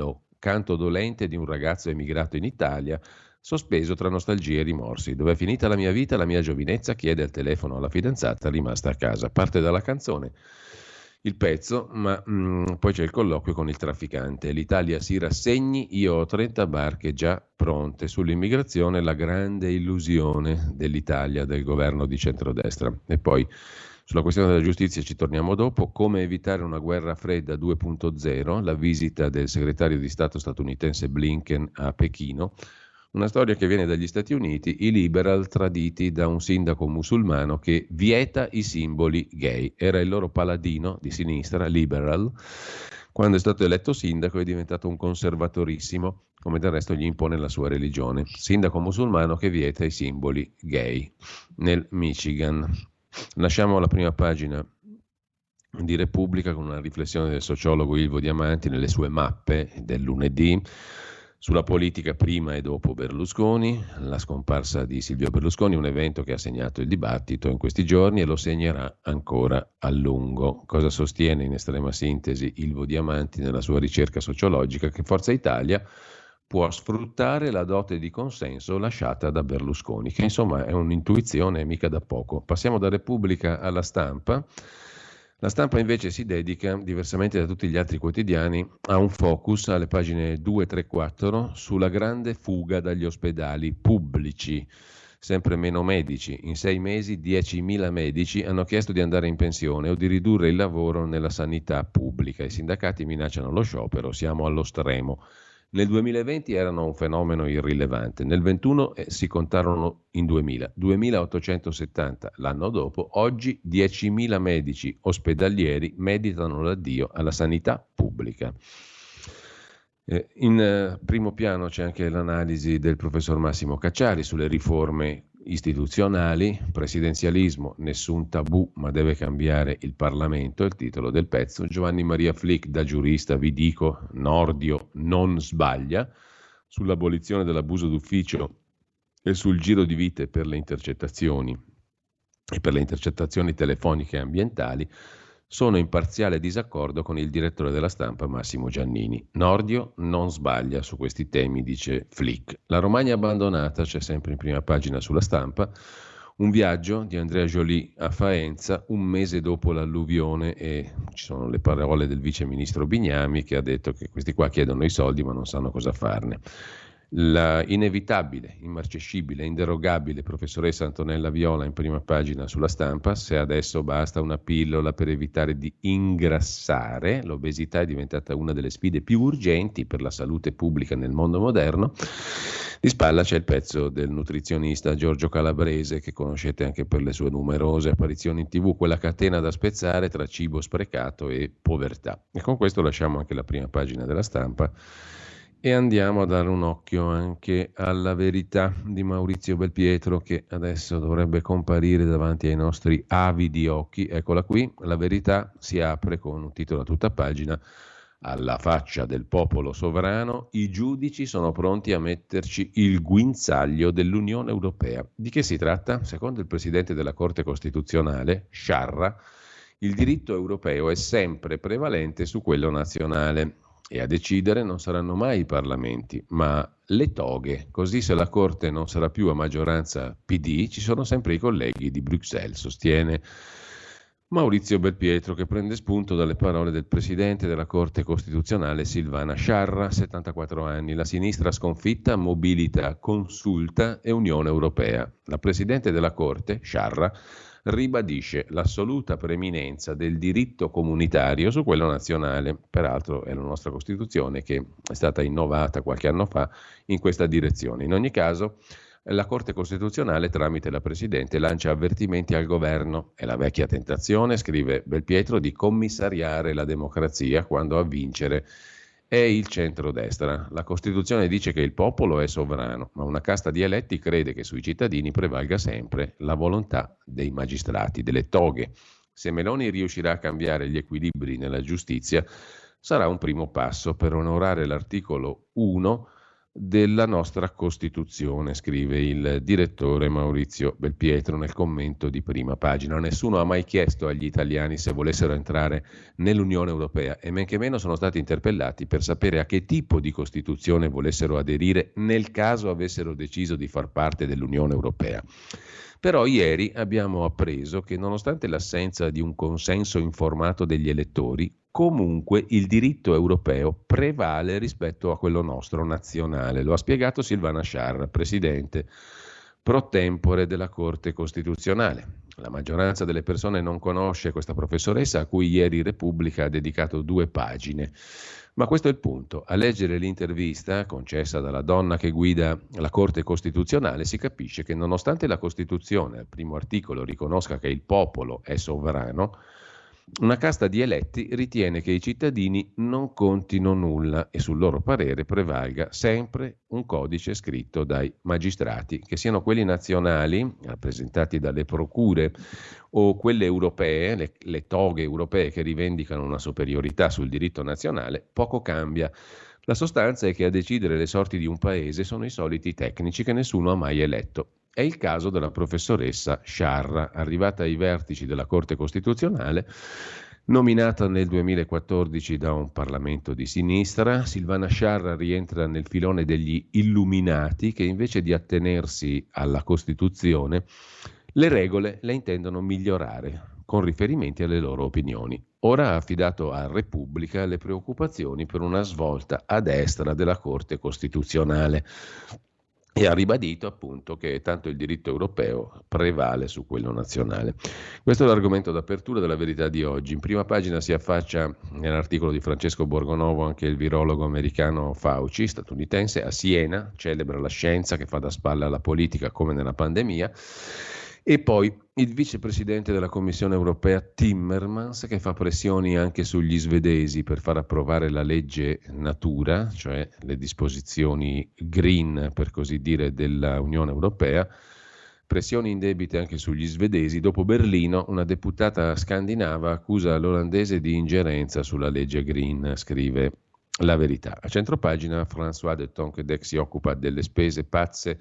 canto dolente di un ragazzo emigrato in Italia, sospeso tra nostalgie e rimorsi. Dove è finita la mia vita, la mia giovinezza, chiede al telefono alla fidanzata rimasta a casa. Parte dalla canzone il pezzo, ma poi c'è il colloquio con il trafficante. L'Italia si rassegni, io ho 30 barche già pronte. Sull'immigrazione la grande illusione dell'Italia, del governo di centrodestra. E poi sulla questione della giustizia ci torniamo dopo. Come evitare una guerra fredda 2.0, la visita del segretario di Stato statunitense Blinken a Pechino. Una storia che viene dagli Stati Uniti, i liberal traditi da un sindaco musulmano che vieta i simboli gay. Era il loro paladino di sinistra, liberal. Quando è stato eletto sindaco è diventato un conservatorissimo, come del resto gli impone la sua religione. Sindaco musulmano che vieta i simboli gay nel Michigan. Lasciamo la prima pagina di Repubblica con una riflessione del sociologo Ilvo Diamanti nelle sue mappe del lunedì sulla politica prima e dopo Berlusconi, la scomparsa di Silvio Berlusconi, un evento che ha segnato il dibattito in questi giorni e lo segnerà ancora a lungo. Cosa sostiene in estrema sintesi Ilvo Diamanti nella sua ricerca sociologica? Che Forza Italia può sfruttare la dote di consenso lasciata da Berlusconi, che insomma è un'intuizione mica da poco. Passiamo da Repubblica alla Stampa. La Stampa invece si dedica, diversamente da tutti gli altri quotidiani, a un focus alle pagine 2, 3, 4 sulla grande fuga dagli ospedali pubblici. Sempre meno medici. In 6 mesi 10.000 medici hanno chiesto di andare in pensione o di ridurre il lavoro nella sanità pubblica. I sindacati minacciano lo sciopero, siamo allo stremo. Nel 2020 erano un fenomeno irrilevante, nel 2021 si contarono in 2000, 2.870 l'anno dopo, oggi 10.000 medici ospedalieri meditano l'addio alla sanità pubblica. In primo piano c'è anche l'analisi del professor Massimo Cacciari sulle riforme istituzionali, presidenzialismo, nessun tabù ma deve cambiare il Parlamento, è il titolo del pezzo. Giovanni Maria Flick, da giurista vi dico, Nordio non sbaglia, sull'abolizione dell'abuso d'ufficio e sul giro di vite per le intercettazioni e per le intercettazioni telefoniche e ambientali. Sono in parziale disaccordo con il direttore della Stampa Massimo Giannini. Nordio non sbaglia su questi temi, dice Flick. La Romagna abbandonata, c'è sempre in prima pagina sulla Stampa, un viaggio di Andrea Joly a Faenza un mese dopo l'alluvione e ci sono le parole del vice ministro Bignami che ha detto che questi qua chiedono i soldi ma non sanno cosa farne. La inevitabile, immarcescibile, inderogabile professoressa Antonella Viola in prima pagina sulla Stampa. Se adesso basta una pillola per evitare di ingrassare, l'obesità è diventata una delle sfide più urgenti per la salute pubblica nel mondo moderno. Di spalla c'è il pezzo del nutrizionista Giorgio Calabrese, che conoscete anche per le sue numerose apparizioni in TV, quella catena da spezzare tra cibo sprecato e povertà. E con questo lasciamo anche la prima pagina della Stampa e andiamo a dare un occhio anche alla Verità di Maurizio Belpietro, che adesso dovrebbe comparire davanti ai nostri avidi occhi. Eccola qui, la Verità si apre con un titolo a tutta pagina: alla faccia del popolo sovrano, i giudici sono pronti a metterci il guinzaglio dell'Unione Europea. Di che si tratta? Secondo il presidente della Corte Costituzionale, Sciarra, il diritto europeo è sempre prevalente su quello nazionale. E a decidere non saranno mai i parlamenti, ma le toghe. Così se la Corte non sarà più a maggioranza PD, ci sono sempre i colleghi di Bruxelles, sostiene Maurizio Belpietro, che prende spunto dalle parole del presidente della Corte Costituzionale Silvana Sciarra, 74 anni. La sinistra sconfitta mobilita Consulta e Unione Europea. La presidente della Corte, Sciarra, ribadisce l'assoluta preeminenza del diritto comunitario su quello nazionale. Peraltro è la nostra Costituzione che è stata innovata qualche anno fa in questa direzione. In ogni caso, la Corte Costituzionale, tramite la Presidente, lancia avvertimenti al governo. È la vecchia tentazione, scrive Belpietro, di commissariare la democrazia quando a vincere è il centrodestra. La Costituzione dice che il popolo è sovrano, ma una casta di eletti crede che sui cittadini prevalga sempre la volontà dei magistrati, delle toghe. Se Meloni riuscirà a cambiare gli equilibri nella giustizia, sarà un primo passo per onorare l'articolo 1 della nostra Costituzione, scrive il direttore Maurizio Belpietro nel commento di prima pagina. Nessuno ha mai chiesto agli italiani se volessero entrare nell'Unione Europea e men che meno sono stati interpellati per sapere a che tipo di Costituzione volessero aderire nel caso avessero deciso di far parte dell'Unione Europea. Però ieri abbiamo appreso che nonostante l'assenza di un consenso informato degli elettori, comunque il diritto europeo prevale rispetto a quello nostro nazionale. Lo ha spiegato Silvana Sciarra, presidente pro tempore della Corte Costituzionale. La maggioranza delle persone non conosce questa professoressa a cui ieri Repubblica ha dedicato 2 pagine. Ma questo è il punto. A leggere l'intervista concessa dalla donna che guida la Corte Costituzionale si capisce che nonostante la Costituzione, al primo articolo, riconosca che il popolo è sovrano, una casta di eletti ritiene che i cittadini non contino nulla e sul loro parere prevalga sempre un codice scritto dai magistrati, che siano quelli nazionali, rappresentati dalle procure, o quelle europee, le toghe europee che rivendicano una superiorità sul diritto nazionale, poco cambia. La sostanza è che a decidere le sorti di un paese sono i soliti tecnici che nessuno ha mai eletto. È il caso della professoressa Sciarra, arrivata ai vertici della Corte Costituzionale, nominata nel 2014 da un Parlamento di sinistra. Silvana Sciarra rientra nel filone degli illuminati che invece di attenersi alla Costituzione, le regole le intendono migliorare con riferimenti alle loro opinioni. Ora ha affidato a Repubblica le preoccupazioni per una svolta a destra della Corte Costituzionale. E ha ribadito appunto che tanto il diritto europeo prevale su quello nazionale. Questo è l'argomento d'apertura della Verità di oggi. In prima pagina si affaccia nell'articolo di Francesco Borgonovo anche il virologo americano Fauci, statunitense, a Siena, celebra la scienza che fa da spalla alla politica come nella pandemia. E poi il vicepresidente della Commissione europea Timmermans che fa pressioni anche sugli svedesi per far approvare la legge natura, cioè le disposizioni green per così dire della Unione Europea, pressioni indebite anche sugli svedesi. Dopo Berlino una deputata scandinava accusa l'olandese di ingerenza sulla legge green, scrive La Verità. A centropagina François de Tonquédec si occupa delle spese pazze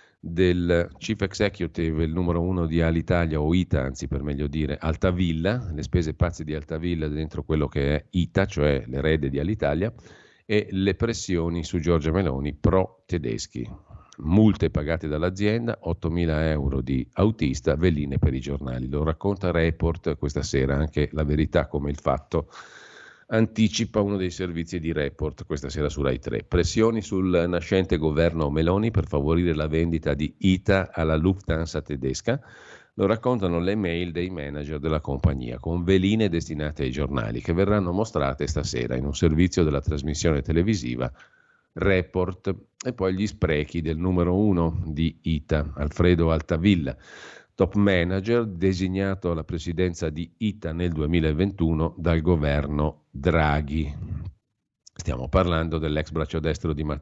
del Chief Executive, il numero 1 di Alitalia, o ITA, anzi per meglio dire Altavilla, le spese pazze di Altavilla dentro quello che è ITA, cioè l'erede di Alitalia, e le pressioni su Giorgia Meloni pro tedeschi. Multe pagate dall'azienda, 8.000 euro di autista, veline per i giornali. Lo racconta Report questa sera, anche La Verità come il Fatto anticipa uno dei servizi di Report questa sera su Rai 3. Pressioni sul nascente governo Meloni per favorire la vendita di ITA alla Lufthansa tedesca. Lo raccontano le mail dei manager della compagnia, con veline destinate ai giornali, che verranno mostrate stasera in un servizio della trasmissione televisiva Report. E poi gli sprechi del numero 1 di ITA, Alfredo Altavilla, top manager designato alla presidenza di ITA nel 2021 dal governo Draghi. Stiamo parlando dell'ex braccio destro di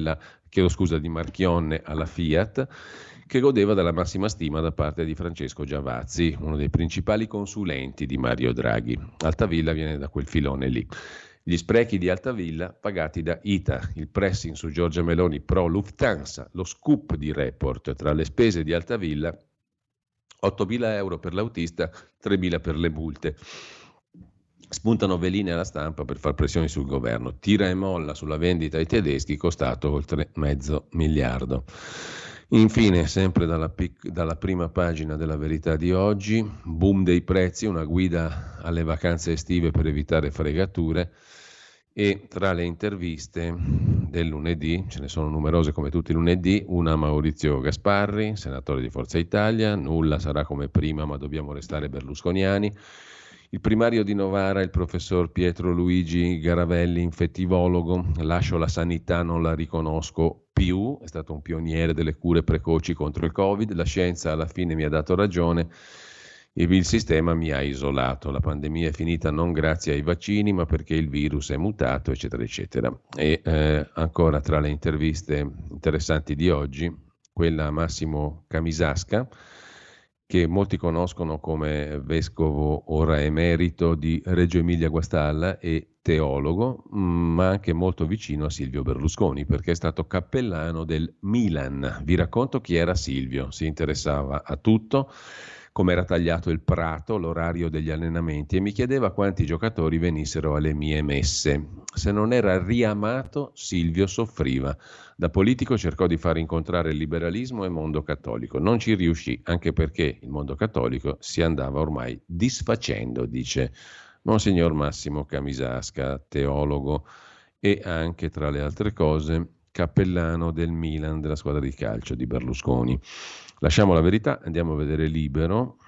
di Marchionne alla Fiat, che godeva della massima stima da parte di Francesco Giavazzi, uno dei principali consulenti di Mario Draghi. Altavilla viene da quel filone lì. Gli sprechi di Altavilla pagati da ITA, il pressing su Giorgia Meloni pro Lufthansa, lo scoop di Report tra le spese di Altavilla, 8.000 euro per l'autista, 3.000 per le multe. Spuntano veline alla stampa per far pressioni sul governo. Tira e molla sulla vendita ai tedeschi, costato oltre mezzo miliardo. Infine, sempre dalla prima pagina della Verità di oggi, boom dei prezzi, una guida alle vacanze estive per evitare fregature. E tra le interviste del lunedì, ce ne sono numerose come tutti i lunedì, una a Maurizio Gasparri, senatore di Forza Italia, nulla sarà come prima ma dobbiamo restare berlusconiani. Il primario di Novara, il professor Pietro Luigi Garavelli, infettivologo, lascio la sanità, non la riconosco più, è stato un pioniere delle cure precoci contro il Covid, la scienza alla fine mi ha dato ragione. Il sistema mi ha isolato, la pandemia è finita non grazie ai vaccini ma perché il virus è mutato, eccetera, eccetera. E ancora tra le interviste interessanti di oggi, quella a Massimo Camisasca, che molti conoscono come vescovo ora emerito di Reggio Emilia Guastalla e teologo, ma anche molto vicino a Silvio Berlusconi, perché è stato cappellano del Milan. Vi racconto chi era Silvio, si interessava a tutto, come era tagliato il prato, l'orario degli allenamenti, e mi chiedeva quanti giocatori venissero alle mie messe. Se non era riamato, Silvio soffriva. Da politico cercò di far incontrare il liberalismo e il mondo cattolico. Non ci riuscì, anche perché il mondo cattolico si andava ormai disfacendo, dice Monsignor Massimo Camisasca, teologo e anche, tra le altre cose, cappellano del Milan, della squadra di calcio di Berlusconi. Lasciamo la verità, andiamo a vedere Libero,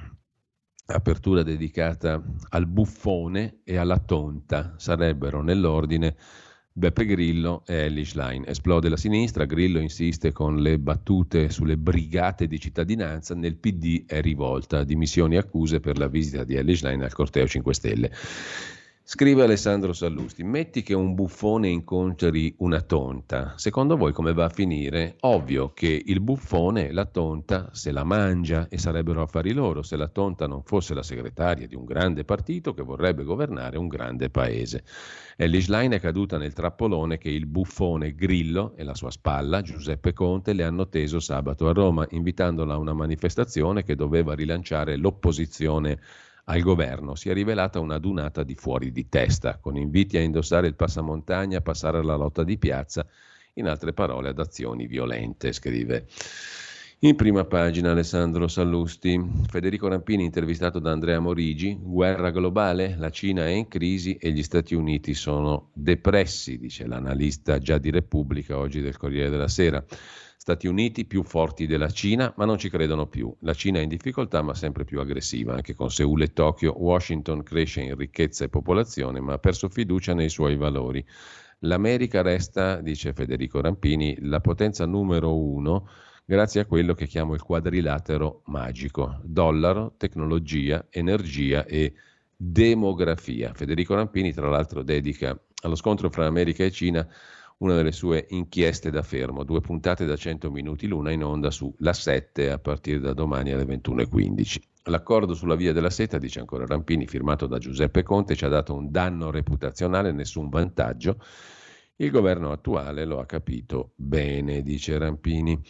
apertura dedicata al buffone e alla tonta, sarebbero nell'ordine Beppe Grillo e Elly Schlein. Esplode la sinistra, Grillo insiste con le battute sulle brigate di cittadinanza, nel PD è rivolta, dimissioni e accuse per la visita di Elly Schlein al corteo 5 Stelle. Scrive Alessandro Sallusti, metti che un buffone incontri una tonta, secondo voi come va a finire? Ovvio che il buffone la tonta se la mangia, e sarebbero affari loro se la tonta non fosse la segretaria di un grande partito che vorrebbe governare un grande paese. Elly Schlein è caduta nel trappolone che il buffone Grillo e la sua spalla, Giuseppe Conte, le hanno teso sabato a Roma, invitandola a una manifestazione che doveva rilanciare l'opposizione al governo. Si è rivelata una dunata di fuori di testa, con inviti a indossare il passamontagna, a passare alla lotta di piazza, in altre parole ad azioni violente, scrive. In prima pagina Alessandro Sallusti. Federico Rampini intervistato da Andrea Morigi, guerra globale, la Cina è in crisi e gli Stati Uniti sono depressi, dice l'analista già di Repubblica, oggi del Corriere della Sera. Stati Uniti più forti della Cina, ma non ci credono più. La Cina è in difficoltà, ma sempre più aggressiva, anche con Seul e Tokyo. Washington cresce in ricchezza e popolazione, ma ha perso fiducia nei suoi valori. L'America resta, dice Federico Rampini, la potenza numero 1 grazie a quello che chiamo il quadrilatero magico: dollaro, tecnologia, energia e demografia. Federico Rampini, tra l'altro, dedica allo scontro fra America e Cina una delle sue inchieste da fermo, 2 puntate da 100 minuti l'una in onda su La 7 a partire da domani alle 21:15. L'accordo sulla via della seta, dice ancora Rampini, firmato da Giuseppe Conte, ci ha dato un danno reputazionale, nessun vantaggio. Il governo attuale lo ha capito bene, dice Rampini.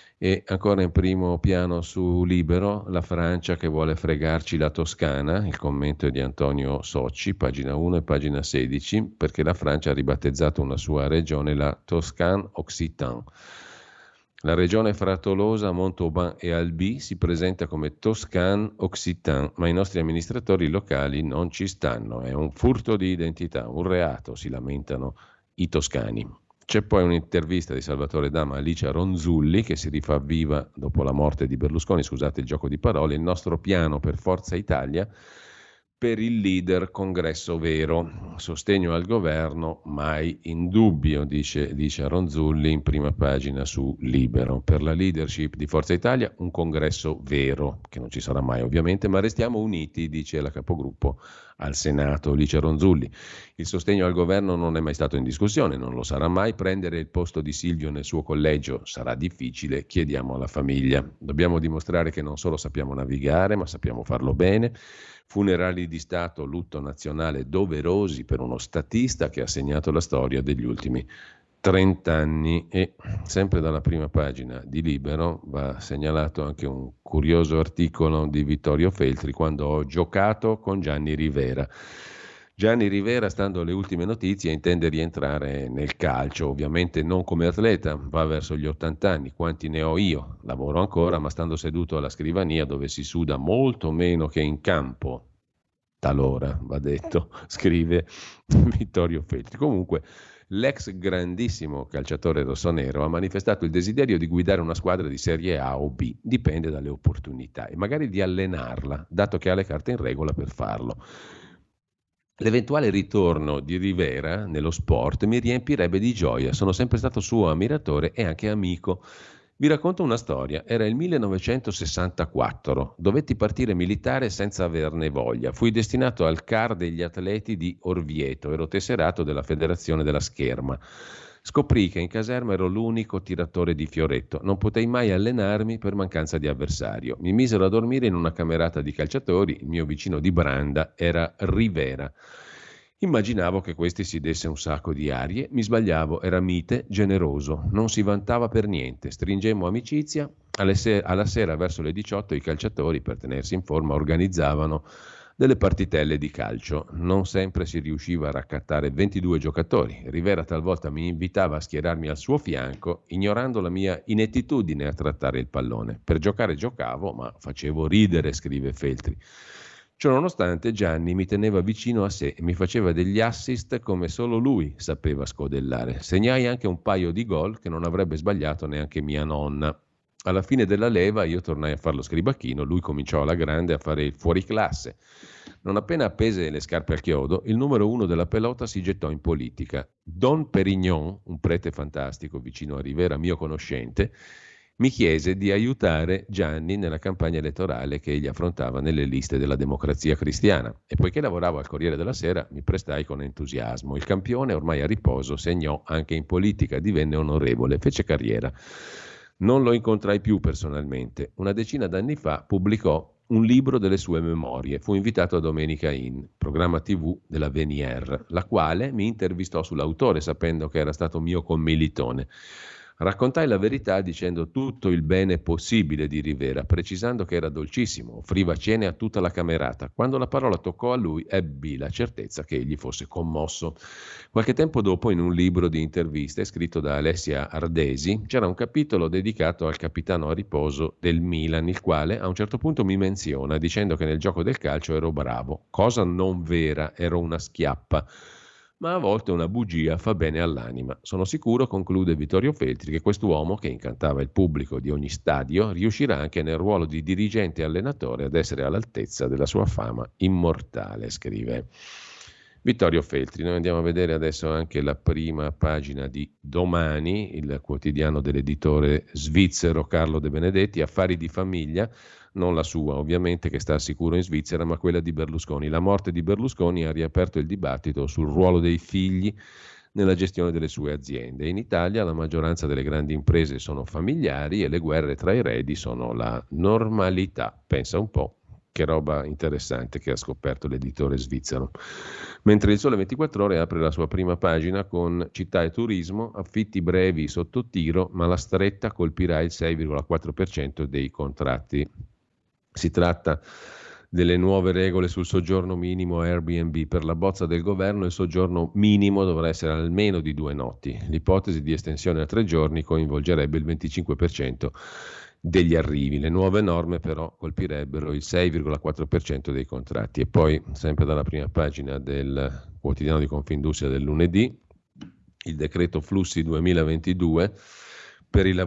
E ancora in primo piano su Libero, la Francia che vuole fregarci la Toscana, il commento è di Antonio Socci, pagina 1 e pagina 16, perché la Francia ha ribattezzato una sua regione, la Toscane Occitan. La regione fra Tolosa, Montauban e Albi si presenta come Toscane Occitan, ma i nostri amministratori locali non ci stanno, è un furto di identità, un reato, si lamentano i toscani. C'è poi un'intervista di Salvatore Dama a Alicia Ronzulli che si rifà viva dopo la morte di Berlusconi, scusate il gioco di parole, il nostro piano per Forza Italia per il leader congresso vero, sostegno al governo mai in dubbio, dice Ronzulli in prima pagina su Libero. Per la leadership di Forza Italia un congresso vero, che non ci sarà mai ovviamente, ma restiamo uniti, dice la capogruppo al Senato, Licia Ronzulli. Il sostegno al governo non è mai stato in discussione, non lo sarà mai. Prendere il posto di Silvio nel suo collegio sarà difficile, chiediamo alla famiglia. Dobbiamo dimostrare che non solo sappiamo navigare, ma sappiamo farlo bene. Funerali di Stato, lutto nazionale doverosi per uno statista che ha segnato la storia degli ultimi 30 anni. E sempre dalla prima pagina di Libero va segnalato anche un curioso articolo di Vittorio Feltri, quando ho giocato con Gianni Rivera. Gianni Rivera, stando alle ultime notizie, intende rientrare nel calcio, ovviamente non come atleta, va verso gli 80 anni, quanti ne ho io, lavoro ancora, ma stando seduto alla scrivania dove si suda molto meno che in campo, talora, va detto, scrive Vittorio Feltri. Comunque, l'ex grandissimo calciatore rossonero ha manifestato il desiderio di guidare una squadra di Serie A o B, dipende dalle opportunità, e magari di allenarla, dato che ha le carte in regola per farlo. L'eventuale ritorno di Rivera nello sport mi riempirebbe di gioia, sono sempre stato suo ammiratore e anche amico. Vi racconto una storia, era il 1964, dovetti partire militare senza averne voglia, fui destinato al CAR degli atleti di Orvieto, ero tesserato della Federazione della Scherma. Scoprì che in caserma ero l'unico tiratore di fioretto, non potei mai allenarmi per mancanza di avversario. Mi misero a dormire in una camerata di calciatori, il mio vicino di branda era Rivera. Immaginavo che questi si desse un sacco di arie, mi sbagliavo, era mite, generoso, non si vantava per niente, stringemmo amicizia, alla sera verso le 18 i calciatori per tenersi in forma organizzavano delle partitelle di calcio, non sempre si riusciva a raccattare 22 giocatori, Rivera talvolta mi invitava a schierarmi al suo fianco, ignorando la mia inettitudine a trattare il pallone, per giocare giocavo, ma facevo ridere, scrive Feltri. Ciononostante Gianni mi teneva vicino a sé e mi faceva degli assist come solo lui sapeva scodellare. Segnai anche un paio di gol che non avrebbe sbagliato neanche mia nonna. Alla fine della leva io tornai a fare lo scribacchino, lui cominciò alla grande a fare il fuoriclasse. Non appena appese le scarpe al chiodo, il numero 1 della pelota si gettò in politica. Don Perignon, un prete fantastico vicino a Rivera, mio conoscente, mi chiese di aiutare Gianni nella campagna elettorale che egli affrontava nelle liste della Democrazia Cristiana e poiché lavoravo al Corriere della Sera mi prestai con entusiasmo. Il campione, ormai a riposo, segnò anche in politica, divenne onorevole, fece carriera. Non lo incontrai più personalmente. Una decina d'anni fa pubblicò un libro delle sue memorie. Fu invitato a Domenica In, programma TV della Venier, la quale mi intervistò sull'autore sapendo che era stato mio commilitone. Raccontai la verità dicendo tutto il bene possibile di Rivera, precisando che era dolcissimo, offriva cene a tutta la camerata. Quando la parola toccò a lui, ebbi la certezza che egli fosse commosso. Qualche tempo dopo, in un libro di interviste scritto da Alessia Ardesi, c'era un capitolo dedicato al capitano a riposo del Milan, il quale a un certo punto mi menziona dicendo che nel gioco del calcio ero bravo, cosa non vera, ero una schiappa. Ma a volte una bugia fa bene all'anima. Sono sicuro, conclude Vittorio Feltri, che quest'uomo, che incantava il pubblico di ogni stadio, riuscirà anche nel ruolo di dirigente e allenatore ad essere all'altezza della sua fama immortale, scrive Vittorio Feltri. Noi andiamo a vedere adesso anche la prima pagina di Domani, il quotidiano dell'editore svizzero Carlo De Benedetti, affari di famiglia, non la sua ovviamente che sta sicuro in Svizzera, ma quella di Berlusconi. La morte di Berlusconi ha riaperto il dibattito sul ruolo dei figli nella gestione delle sue aziende. In Italia la maggioranza delle grandi imprese sono familiari e le guerre tra eredi sono la normalità. Pensa un po'. Che roba interessante che ha scoperto l'editore svizzero. Mentre il Sole 24 Ore apre la sua prima pagina con città e turismo, affitti brevi sotto tiro, ma la stretta colpirà il 6,4% dei contratti. Si tratta delle nuove regole sul soggiorno minimo Airbnb. Per la bozza del governo il soggiorno minimo dovrà essere almeno di 2 notti. L'ipotesi di estensione a 3 giorni coinvolgerebbe il 25% degli arrivi. Le nuove norme però colpirebbero il 6,4% dei contratti. E poi, sempre dalla prima pagina del quotidiano di Confindustria del lunedì, il decreto flussi 2022 per i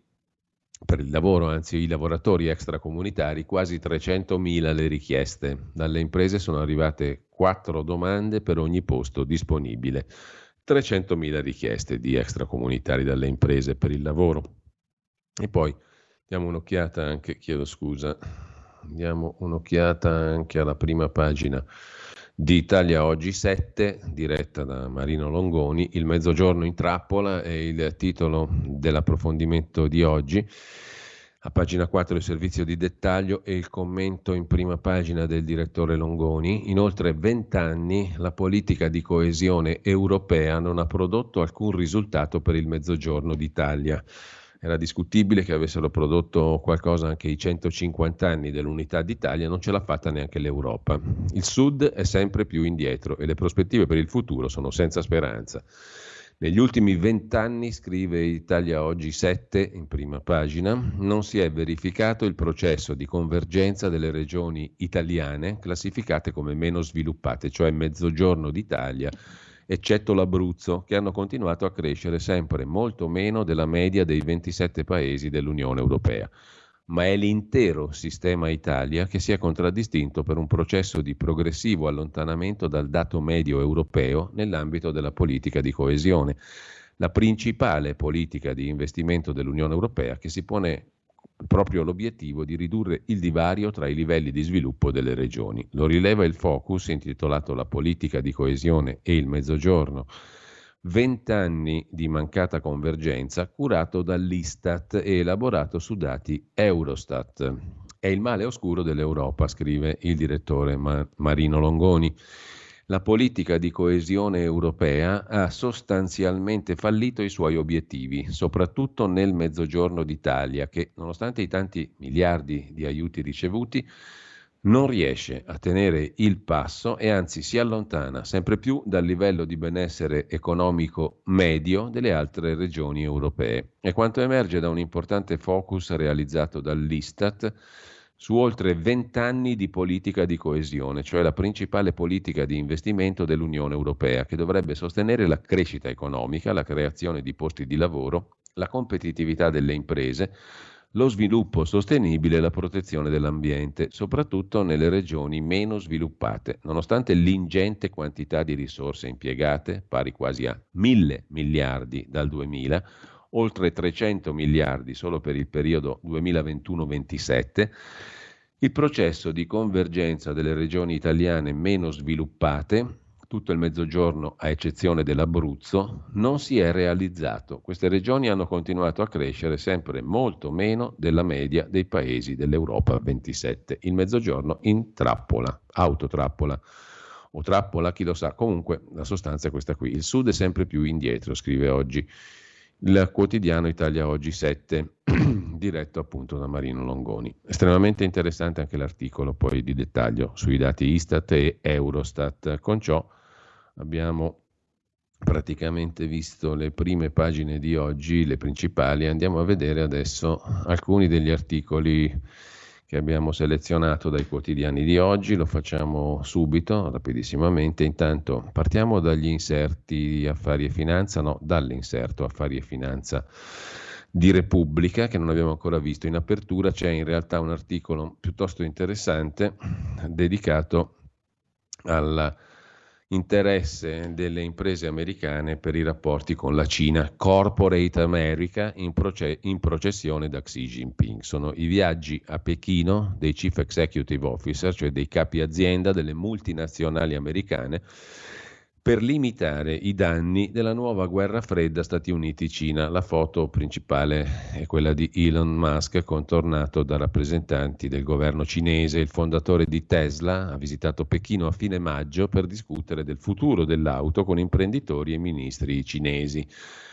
lavoratori extracomunitari, quasi 300.000 le richieste. Dalle imprese sono arrivate 4 domande per ogni posto disponibile. 300.000 richieste di extracomunitari dalle imprese per il lavoro. E poi diamo un'occhiata anche alla prima pagina di Italia Oggi 7, diretta da Marino Longoni. Il mezzogiorno in trappola è il titolo dell'approfondimento di oggi. A pagina 4 il servizio di dettaglio e il commento in prima pagina del direttore Longoni. In oltre 20 anni la politica di coesione europea non ha prodotto alcun risultato per il mezzogiorno d'Italia. Era discutibile che avessero prodotto qualcosa anche i 150 anni dell'unità d'Italia, non ce l'ha fatta neanche l'Europa. Il Sud è sempre più indietro e le prospettive per il futuro sono senza speranza. Negli ultimi 20 anni, scrive Italia Oggi 7 in prima pagina, non si è verificato il processo di convergenza delle regioni italiane classificate come meno sviluppate, cioè mezzogiorno d'Italia, eccetto l'Abruzzo, che hanno continuato a crescere sempre molto meno della media dei 27 paesi dell'Unione Europea. Ma è l'intero sistema Italia che si è contraddistinto per un processo di progressivo allontanamento dal dato medio europeo nell'ambito della politica di coesione, la principale politica di investimento dell'Unione Europea che si pone proprio l'obiettivo di ridurre il divario tra i livelli di sviluppo delle regioni. Lo rileva il Focus, intitolato La politica di coesione e il Mezzogiorno. 20 anni di mancata convergenza, curato dall'Istat e elaborato su dati Eurostat. È il male oscuro dell'Europa, scrive il direttore Marino Longoni. La politica di coesione europea ha sostanzialmente fallito i suoi obiettivi, soprattutto nel Mezzogiorno d'Italia, che, nonostante i tanti miliardi di aiuti ricevuti, non riesce a tenere il passo e anzi si allontana sempre più dal livello di benessere economico medio delle altre regioni europee. È quanto emerge da un importante focus realizzato dall'Istat su oltre 20 anni di politica di coesione, cioè la principale politica di investimento dell'Unione Europea, che dovrebbe sostenere la crescita economica, la creazione di posti di lavoro, la competitività delle imprese, lo sviluppo sostenibile e la protezione dell'ambiente, soprattutto nelle regioni meno sviluppate. Nonostante l'ingente quantità di risorse impiegate, pari quasi a 1.000 miliardi dal 2000, oltre 300 miliardi solo per il periodo 2021-27, il processo di convergenza delle regioni italiane meno sviluppate, tutto il Mezzogiorno a eccezione dell'Abruzzo, non si è realizzato. Queste regioni hanno continuato a crescere sempre molto meno della media dei paesi dell'Europa 27. Il Mezzogiorno in trappola, autotrappola o trappola, chi lo sa. Comunque la sostanza è questa qui. Il Sud è sempre più indietro, scrive oggi il quotidiano Italia Oggi 7, diretto appunto da Marino Longoni. Estremamente interessante anche l'articolo poi di dettaglio sui dati Istat e Eurostat. Con ciò abbiamo praticamente visto le prime pagine di oggi, le principali. Andiamo a vedere adesso alcuni degli articoli che abbiamo selezionato dai quotidiani di oggi. Lo facciamo subito, rapidissimamente. Intanto partiamo dagli inserti di Affari e Finanza, dall'inserto Affari e Finanza di Repubblica, che non abbiamo ancora visto. In apertura c'è in realtà un articolo piuttosto interessante dedicato all'interesse delle imprese americane per i rapporti con la Cina. Corporate America in processione da Xi Jinping. Sono i viaggi a Pechino dei Chief Executive Officer, cioè dei capi azienda delle multinazionali americane, per limitare i danni della nuova guerra fredda Stati Uniti-Cina. La foto principale è quella di Elon Musk, contornato da rappresentanti del governo cinese. Il fondatore di Tesla ha visitato Pechino a fine maggio per discutere del futuro dell'auto con imprenditori e ministri cinesi.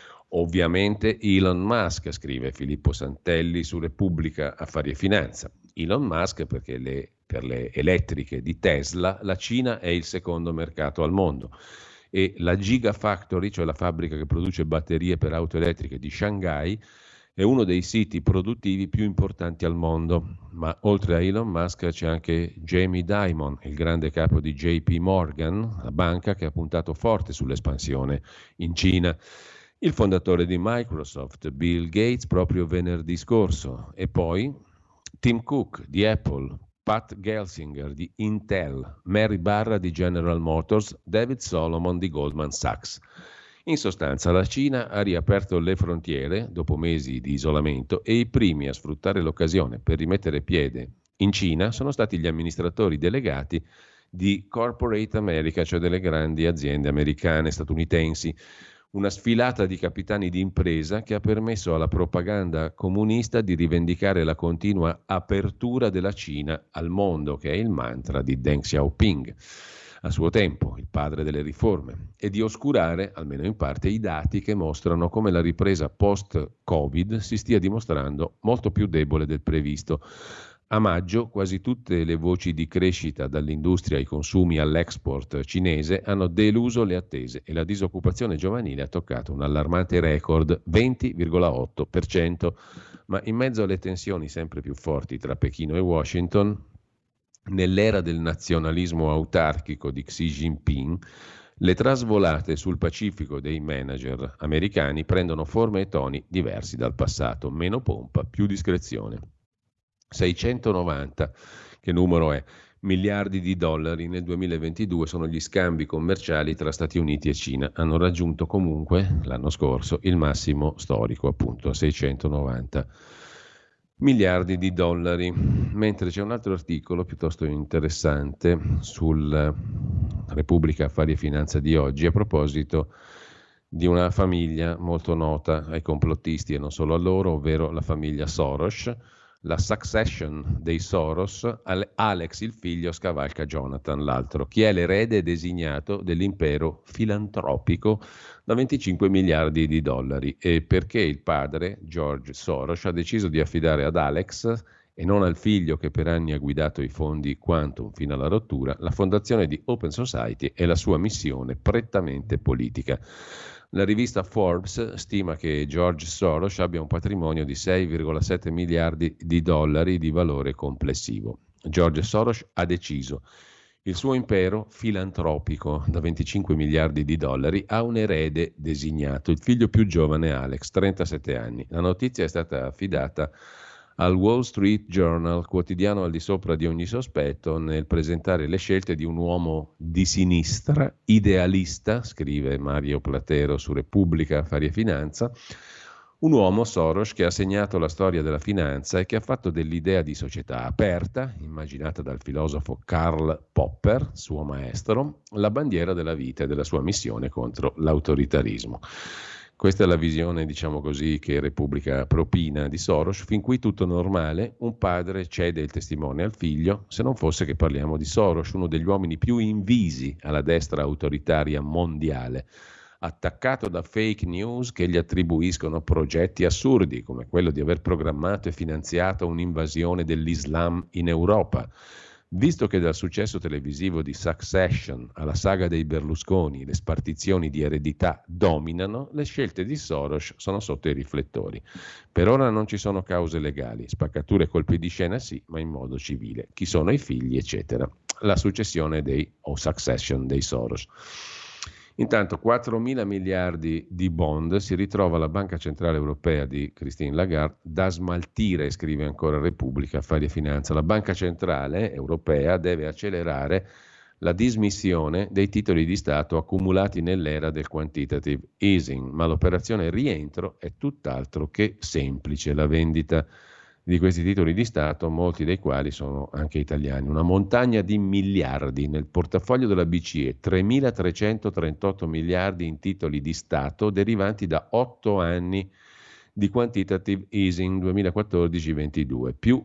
Ovviamente Elon Musk, scrive Filippo Santelli su Repubblica Affari e Finanza. Elon Musk perché per le elettriche di Tesla la Cina è il secondo mercato al mondo e la Gigafactory, cioè la fabbrica che produce batterie per auto elettriche di Shanghai, è uno dei siti produttivi più importanti al mondo. Ma oltre a Elon Musk c'è anche Jamie Dimon, il grande capo di JP Morgan, la banca che ha puntato forte sull'espansione in Cina. Il fondatore di Microsoft, Bill Gates, proprio venerdì scorso. E poi Tim Cook di Apple, Pat Gelsinger di Intel, Mary Barra di General Motors, David Solomon di Goldman Sachs. In sostanza, la Cina ha riaperto le frontiere dopo mesi di isolamento e i primi a sfruttare l'occasione per rimettere piede in Cina sono stati gli amministratori delegati di Corporate America, cioè delle grandi aziende americane, statunitensi. Una sfilata di capitani di impresa che ha permesso alla propaganda comunista di rivendicare la continua apertura della Cina al mondo, che è il mantra di Deng Xiaoping, a suo tempo il padre delle riforme, e di oscurare, almeno in parte, i dati che mostrano come la ripresa post-Covid si stia dimostrando molto più debole del previsto. A maggio quasi tutte le voci di crescita dall'industria ai consumi all'export cinese hanno deluso le attese e la disoccupazione giovanile ha toccato un allarmante record 20,8%, ma in mezzo alle tensioni sempre più forti tra Pechino e Washington, nell'era del nazionalismo autarchico di Xi Jinping, le trasvolate sul Pacifico dei manager americani prendono forme e toni diversi dal passato, meno pompa, più discrezione. 690, che numero è, miliardi di dollari nel 2022 sono gli scambi commerciali tra Stati Uniti e Cina. Hanno raggiunto comunque l'anno scorso il massimo storico, appunto, 690 miliardi di dollari. Mentre c'è un altro articolo piuttosto interessante sul Repubblica Affari e Finanza di oggi a proposito di una famiglia molto nota ai complottisti e non solo a loro, ovvero la famiglia Soros. la succession dei Soros, Alex il figlio scavalca Jonathan l'altro. Chi è l'erede designato dell'impero filantropico da 25 miliardi di dollari e perché il padre, George Soros, ha deciso di affidare ad Alex e non al figlio che per anni ha guidato i fondi Quantum fino alla rottura, la fondazione di Open Society e la sua missione prettamente politica. La rivista Forbes stima che George Soros abbia un patrimonio di 6,7 miliardi di dollari di valore complessivo. George Soros ha deciso. Il suo impero filantropico da 25 miliardi di dollari ha un erede designato, il figlio più giovane Alex, 37 anni. La notizia è stata affidata al Wall Street Journal, quotidiano al di sopra di ogni sospetto nel presentare le scelte di un uomo di sinistra, idealista, scrive Mario Platero su Repubblica, Affari e Finanza, un uomo, Soros, che ha segnato la storia della finanza e che ha fatto dell'idea di società aperta, immaginata dal filosofo Karl Popper, suo maestro, la bandiera della vita e della sua missione contro l'autoritarismo. Questa è la visione, diciamo così, che Repubblica propina di Soros, fin qui tutto normale, un padre cede il testimone al figlio, se non fosse che parliamo di Soros, uno degli uomini più invisi alla destra autoritaria mondiale, attaccato da fake news che gli attribuiscono progetti assurdi, come quello di aver programmato e finanziato un'invasione dell'Islam in Europa. Visto che dal successo televisivo di Succession alla saga dei Berlusconi le spartizioni di eredità dominano, le scelte di Soros sono sotto i riflettori. Per ora non ci sono cause legali, spaccature e colpi di scena sì, ma in modo civile. Chi sono i figli, eccetera. La successione Succession dei Soros. Intanto 4.000 miliardi di bond si ritrova la Banca Centrale Europea di Christine Lagarde da smaltire, scrive ancora Repubblica, Affari e Finanza. La Banca Centrale Europea deve accelerare la dismissione dei titoli di Stato accumulati nell'era del quantitative easing, ma l'operazione rientro è tutt'altro che semplice. La vendita di questi titoli di Stato, molti dei quali sono anche italiani. Una montagna di miliardi nel portafoglio della BCE, 3.338 miliardi in titoli di Stato derivanti da 8 anni di quantitative easing 2014-22, più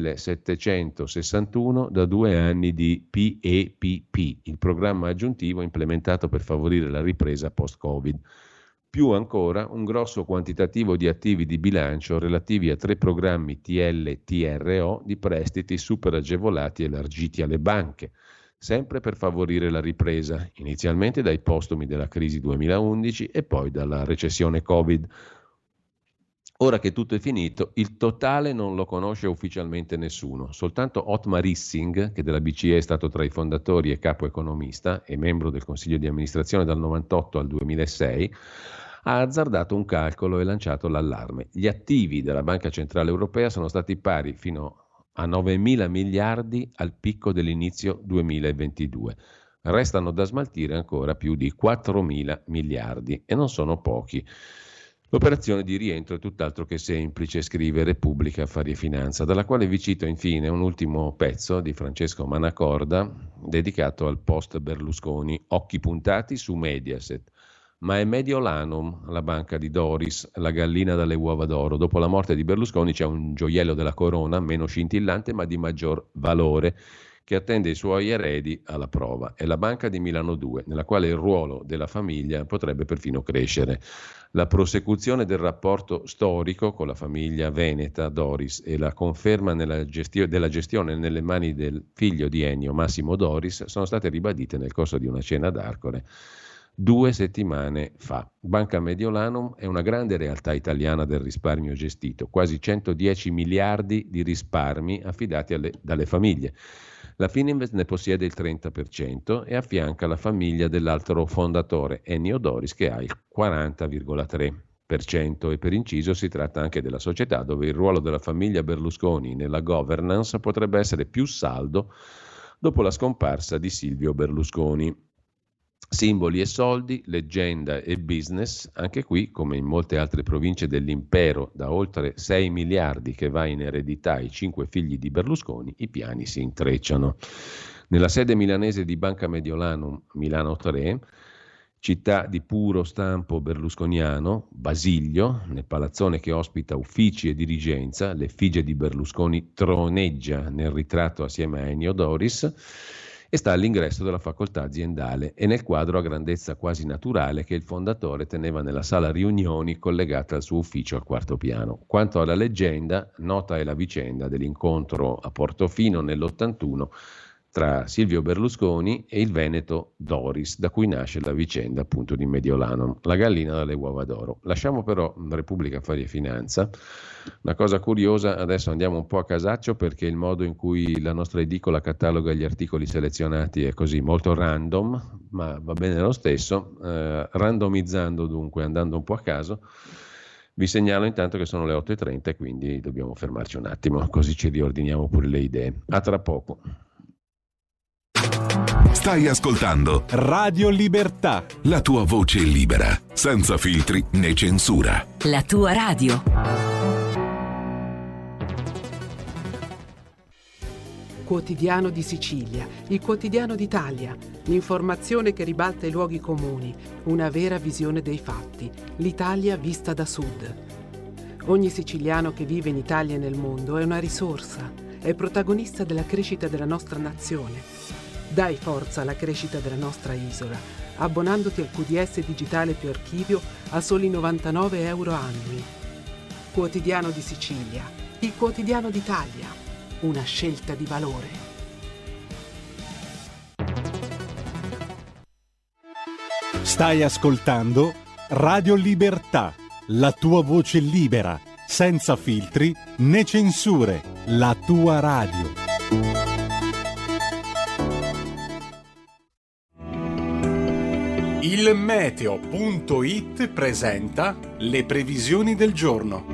1.761 da 2 anni di PEPP, il programma aggiuntivo implementato per favorire la ripresa post-Covid. Più ancora un grosso quantitativo di attivi di bilancio relativi a 3 programmi TLTRO di prestiti super agevolati elargiti alle banche, sempre per favorire la ripresa, inizialmente dai postumi della crisi 2011 e poi dalla recessione Covid. Ora che tutto è finito, il totale non lo conosce ufficialmente nessuno. Soltanto Ottmar Issing, che della BCE è stato tra i fondatori e capo economista e membro del Consiglio di amministrazione dal 1998 al 2006, ha azzardato un calcolo e lanciato l'allarme. Gli attivi della Banca Centrale Europea sono stati pari fino a 9.000 miliardi al picco dell'inizio 2022. Restano da smaltire ancora più di 4.000 miliardi e non sono pochi. L'operazione di rientro è tutt'altro che semplice, scrive Repubblica, Affari e Finanza, dalla quale vi cito infine un ultimo pezzo di Francesco Manacorda dedicato al post Berlusconi, occhi puntati su Mediaset. Ma è Mediolanum, la banca di Doris, la gallina dalle uova d'oro. Dopo la morte di Berlusconi c'è un gioiello della corona, meno scintillante ma di maggior valore, che attende i suoi eredi alla prova. È la Banca di Milano 2, nella quale il ruolo della famiglia potrebbe perfino crescere. La prosecuzione del rapporto storico con la famiglia veneta Doris e la conferma della gestione nelle mani del figlio di Ennio, Massimo Doris, sono state ribadite nel corso di una cena d'Arcore 2 settimane fa. Banca Mediolanum è una grande realtà italiana del risparmio gestito, quasi 110 miliardi di risparmi affidati dalle famiglie. La Fininvest ne possiede il 30% e affianca la famiglia dell'altro fondatore, Ennio Doris, che ha il 40,3%. E per inciso si tratta anche della società dove il ruolo della famiglia Berlusconi nella governance potrebbe essere più saldo dopo la scomparsa di Silvio Berlusconi. Simboli e soldi, leggenda e business, anche qui, come in molte altre province dell'impero, da oltre 6 miliardi che va in eredità ai 5 figli di Berlusconi, i piani si intrecciano. Nella sede milanese di Banca Mediolanum, Milano 3, città di puro stampo berlusconiano, Basiglio, nel palazzone che ospita uffici e dirigenza, l'effigie di Berlusconi troneggia nel ritratto assieme a Ennio Doris e sta all'ingresso della facoltà aziendale e nel quadro a grandezza quasi naturale che il fondatore teneva nella sala riunioni collegata al suo ufficio al quarto piano. Quanto alla leggenda, nota è la vicenda dell'incontro a Portofino nell'81 tra Silvio Berlusconi e il veneto Doris, da cui nasce la vicenda appunto di Mediolanum, la gallina dalle uova d'oro. Lasciamo però Repubblica Affari e Finanza. Una cosa curiosa, adesso andiamo un po' a casaccio perché il modo in cui la nostra edicola cataloga gli articoli selezionati è così molto random, ma va bene lo stesso. Randomizzando dunque, andando un po' a caso, vi segnalo intanto che sono le 8:30 e quindi dobbiamo fermarci un attimo, così ci riordiniamo pure le idee. A tra poco. Stai ascoltando Radio Libertà. la tua voce libera, senza filtri né censura. La tua radio. Quotidiano di Sicilia, il quotidiano d'Italia, l'informazione che ribalta i luoghi comuni, una vera visione dei fatti, l'Italia vista da sud. Ogni siciliano che vive in Italia e nel mondo è una risorsa, è protagonista della crescita della nostra nazione. Dai forza alla crescita della nostra isola, abbonandoti al QDS digitale più archivio a soli 99 euro annui. Quotidiano di Sicilia, il quotidiano d'Italia, una scelta di valore. Stai ascoltando Radio Libertà, la tua voce libera, senza filtri né censure, la tua radio. Il meteo.it presenta le previsioni del giorno.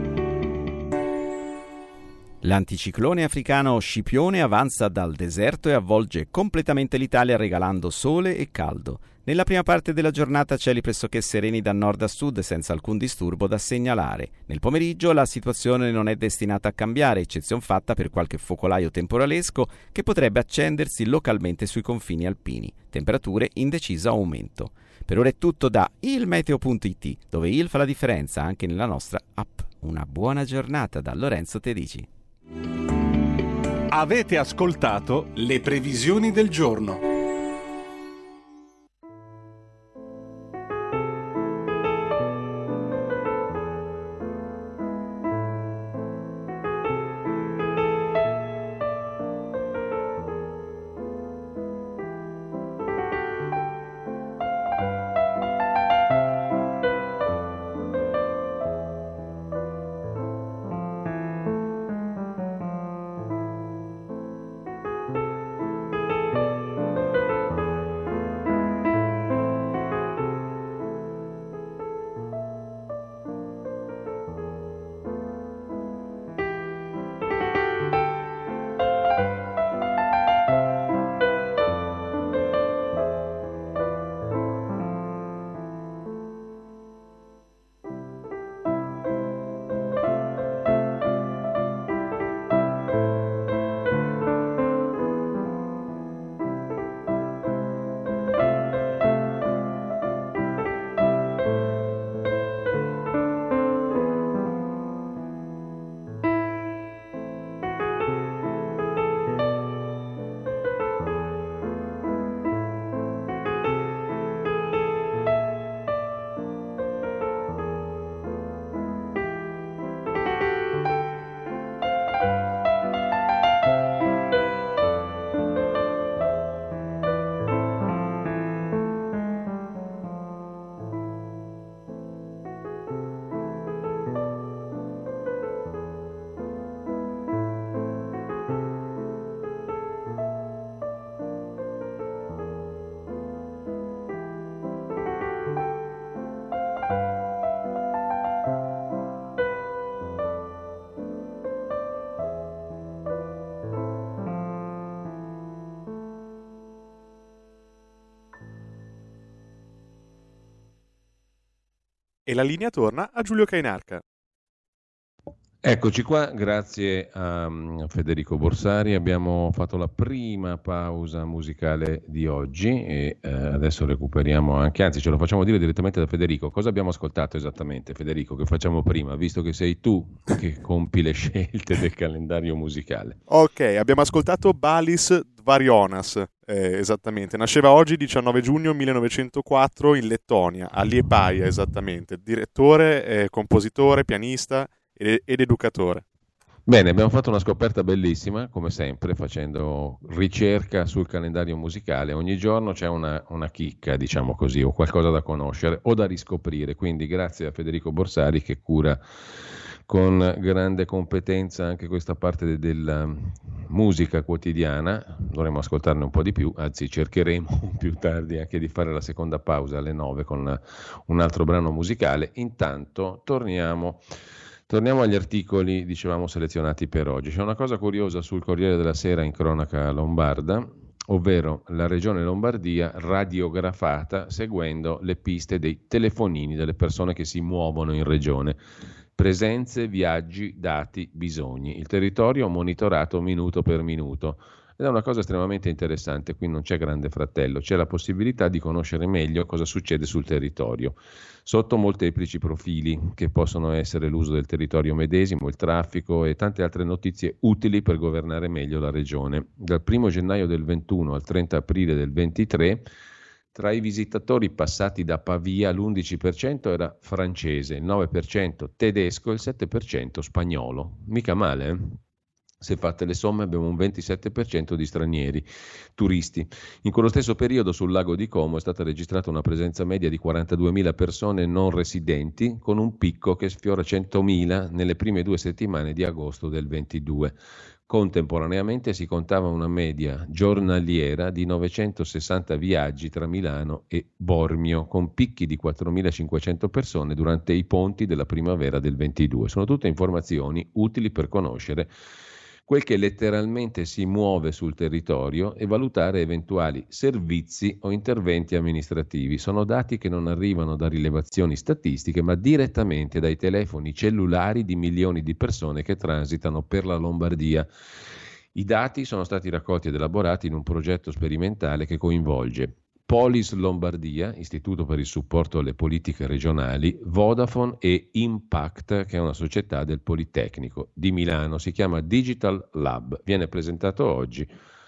L'anticiclone africano Scipione avanza dal deserto e avvolge completamente l'Italia regalando sole e caldo. Nella prima parte della giornata cieli pressoché sereni da nord a sud senza alcun disturbo da segnalare. Nel pomeriggio la situazione non è destinata a cambiare, eccezion fatta per qualche focolaio temporalesco che potrebbe accendersi localmente sui confini alpini. Temperature in deciso aumento. Per ora è tutto da ilmeteo.it, dove il fa la differenza anche nella nostra app. Una buona giornata da Lorenzo Tedici. Avete ascoltato le previsioni del giorno. E la linea torna a Giulio Cainarca. Eccoci qua, grazie a Federico Borsari. Abbiamo fatto la prima pausa musicale di oggi e adesso recuperiamo anche, anzi ce lo facciamo dire direttamente da Federico. Cosa abbiamo ascoltato esattamente, Federico? Che facciamo prima, visto che sei tu che compi le scelte del calendario musicale? Ok, abbiamo ascoltato Balis Dvarionas, esattamente. Nasceva oggi, 19 giugno 1904, in Lettonia, a Liepaja, esattamente. Direttore, compositore, pianista ed educatore. Bene, abbiamo fatto una scoperta bellissima, come sempre, facendo ricerca sul calendario musicale. Ogni giorno c'è una chicca, diciamo così, o qualcosa da conoscere o da riscoprire. Quindi grazie a Federico Borsari che cura con grande competenza anche questa parte della musica quotidiana. Dovremmo ascoltarne un po' di più, anzi cercheremo più tardi anche di fare la seconda pausa alle 9 con un altro brano musicale. Intanto torniamo agli articoli, dicevamo, selezionati per oggi. C'è una cosa curiosa sul Corriere della Sera in cronaca lombarda, ovvero la regione Lombardia radiografata seguendo le piste dei telefonini delle persone che si muovono in regione. Presenze, viaggi, dati, bisogni. Il territorio monitorato minuto per minuto. Ed è una cosa estremamente interessante, qui non c'è grande fratello, c'è la possibilità di conoscere meglio cosa succede sul territorio, sotto molteplici profili che possono essere l'uso del territorio medesimo, il traffico e tante altre notizie utili per governare meglio la regione. Dal 1 gennaio del 21 al 30 aprile del 23, tra i visitatori passati da Pavia l'11% era francese, il 9% tedesco e il 7% spagnolo. Mica male, eh? Se fatte le somme abbiamo un 27% di stranieri, turisti. In quello stesso periodo sul lago di Como è stata registrata una presenza media di 42.000 persone non residenti, con un picco che sfiora 100.000 nelle prime 2 settimane di agosto del 22. Contemporaneamente si contava una media giornaliera di 960 viaggi tra Milano e Bormio, con picchi di 4.500 persone durante i ponti della primavera del 22. Sono tutte informazioni utili per conoscere quel che letteralmente si muove sul territorio e valutare eventuali servizi o interventi amministrativi. Sono dati che non arrivano da rilevazioni statistiche, ma direttamente dai telefoni cellulari di milioni di persone che transitano per la Lombardia. I dati sono stati raccolti ed elaborati in un progetto sperimentale che coinvolge Polis Lombardia, Istituto per il supporto alle politiche regionali, Vodafone e Impact, che è una società del Politecnico di Milano. Si chiama Digital Lab. Viene presentato oggi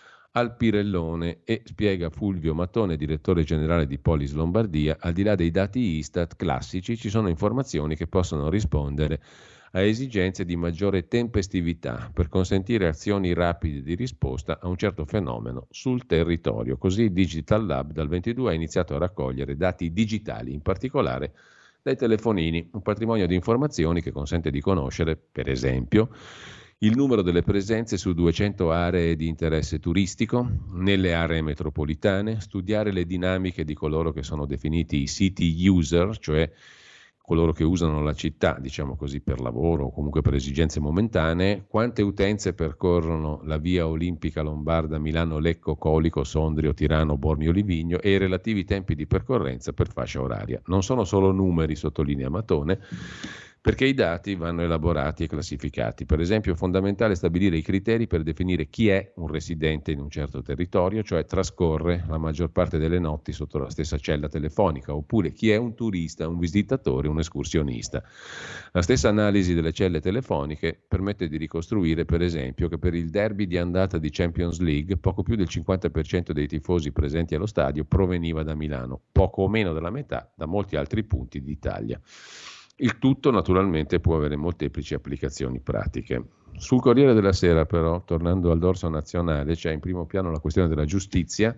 al Pirellone e spiega Fulvio Mattone, direttore generale di Polis Lombardia, al di là dei dati Istat classici ci sono informazioni che possono rispondere a esigenze di maggiore tempestività per consentire azioni rapide di risposta a un certo fenomeno sul territorio. Così Digital Lab dal 22 ha iniziato a raccogliere dati digitali, in particolare dai telefonini, un patrimonio di informazioni che consente di conoscere, per esempio, il numero delle presenze su 200 aree di interesse turistico nelle aree metropolitane, studiare le dinamiche di coloro che sono definiti i city user, cioè coloro che usano la città, diciamo così, per lavoro o comunque per esigenze momentanee, quante utenze percorrono la via olimpica lombarda Milano-Lecco, Colico, Sondrio, Tirano, Bormio, Livigno e i relativi tempi di percorrenza per fascia oraria. Non sono solo numeri, sottolinea Matone, perché i dati vanno elaborati e classificati. Per esempio, è fondamentale stabilire i criteri per definire chi è un residente in un certo territorio, cioè trascorre la maggior parte delle notti sotto la stessa cella telefonica, oppure chi è un turista, un visitatore, un escursionista. La stessa analisi delle celle telefoniche permette di ricostruire, per esempio, che per il derby di andata di Champions League poco più del 50% dei tifosi presenti allo stadio proveniva da Milano, poco o meno della metà da molti altri punti d'Italia. Il tutto naturalmente può avere molteplici applicazioni pratiche. Sul Corriere della Sera però, tornando al dorso nazionale, c'è in primo piano la questione della giustizia.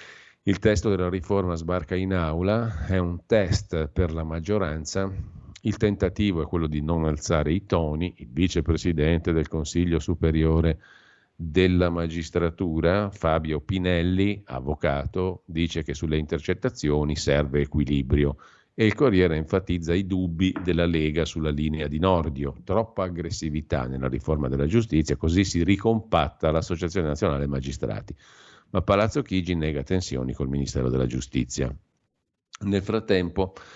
Il testo della riforma sbarca in aula, è un test per la maggioranza. Il tentativo è quello di non alzare i toni. Il vicepresidente del Consiglio Superiore della Magistratura, Fabio Pinelli, avvocato, dice che sulle intercettazioni serve equilibrio. E il Corriere enfatizza i dubbi della Lega sulla linea di Nordio. Troppa aggressività nella riforma della giustizia, così si ricompatta l'Associazione Nazionale Magistrati. Ma Palazzo Chigi nega tensioni col Ministero della Giustizia. Nel frattempo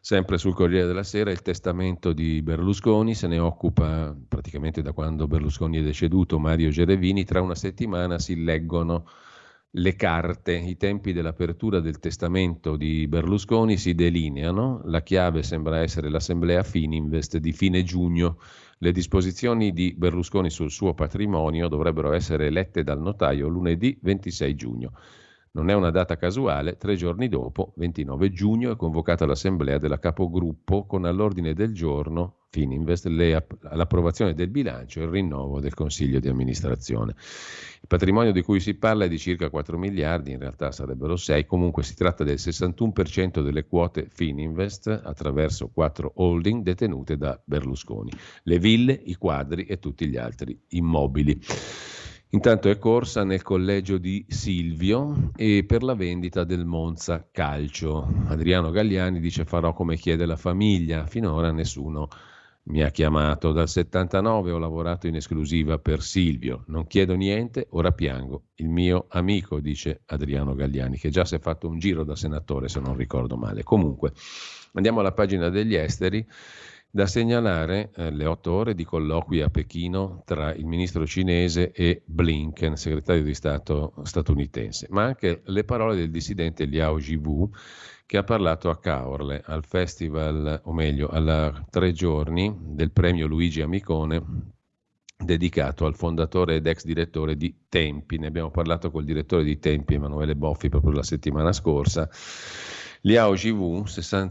Sempre sul Corriere della Sera il testamento di Berlusconi, se ne occupa praticamente da quando Berlusconi è deceduto Mario Gerevini. Tra una settimana si leggono le carte, i tempi dell'apertura del testamento di Berlusconi si delineano, la chiave sembra essere l'assemblea Fininvest di fine giugno. Le disposizioni di Berlusconi sul suo patrimonio dovrebbero essere elette dal notaio lunedì 26 giugno. Non è una data casuale, 3 giorni dopo, 29 giugno, è convocata l'assemblea della capogruppo con all'ordine del giorno Fininvest l'approvazione del bilancio e il rinnovo del consiglio di amministrazione. Il patrimonio di cui si parla è di circa 4 miliardi, in realtà sarebbero 6, comunque si tratta del 61% delle quote Fininvest attraverso 4 holding detenute da Berlusconi, le ville, i quadri e tutti gli altri immobili. Intanto è corsa nel collegio di Silvio e per la vendita del Monza Calcio. Adriano Galliani dice: farò come chiede la famiglia, finora nessuno mi ha chiamato. Dal 79 ho lavorato in esclusiva per Silvio, non chiedo niente, ora piango il mio amico, dice Adriano Galliani, che già si è fatto un giro da senatore se non ricordo male. Comunque andiamo alla pagina degli esteri. Da segnalare le 8 ore di colloqui a Pechino tra il ministro cinese e Blinken, segretario di Stato statunitense, ma anche le parole del dissidente Liao Jiwu, che ha parlato a Caorle al festival, o meglio, alla 3 giorni del premio Luigi Amicone dedicato al fondatore ed ex direttore di Tempi. Ne abbiamo parlato col direttore di Tempi, Emanuele Boffi, proprio la settimana scorsa. Liao Jiwu,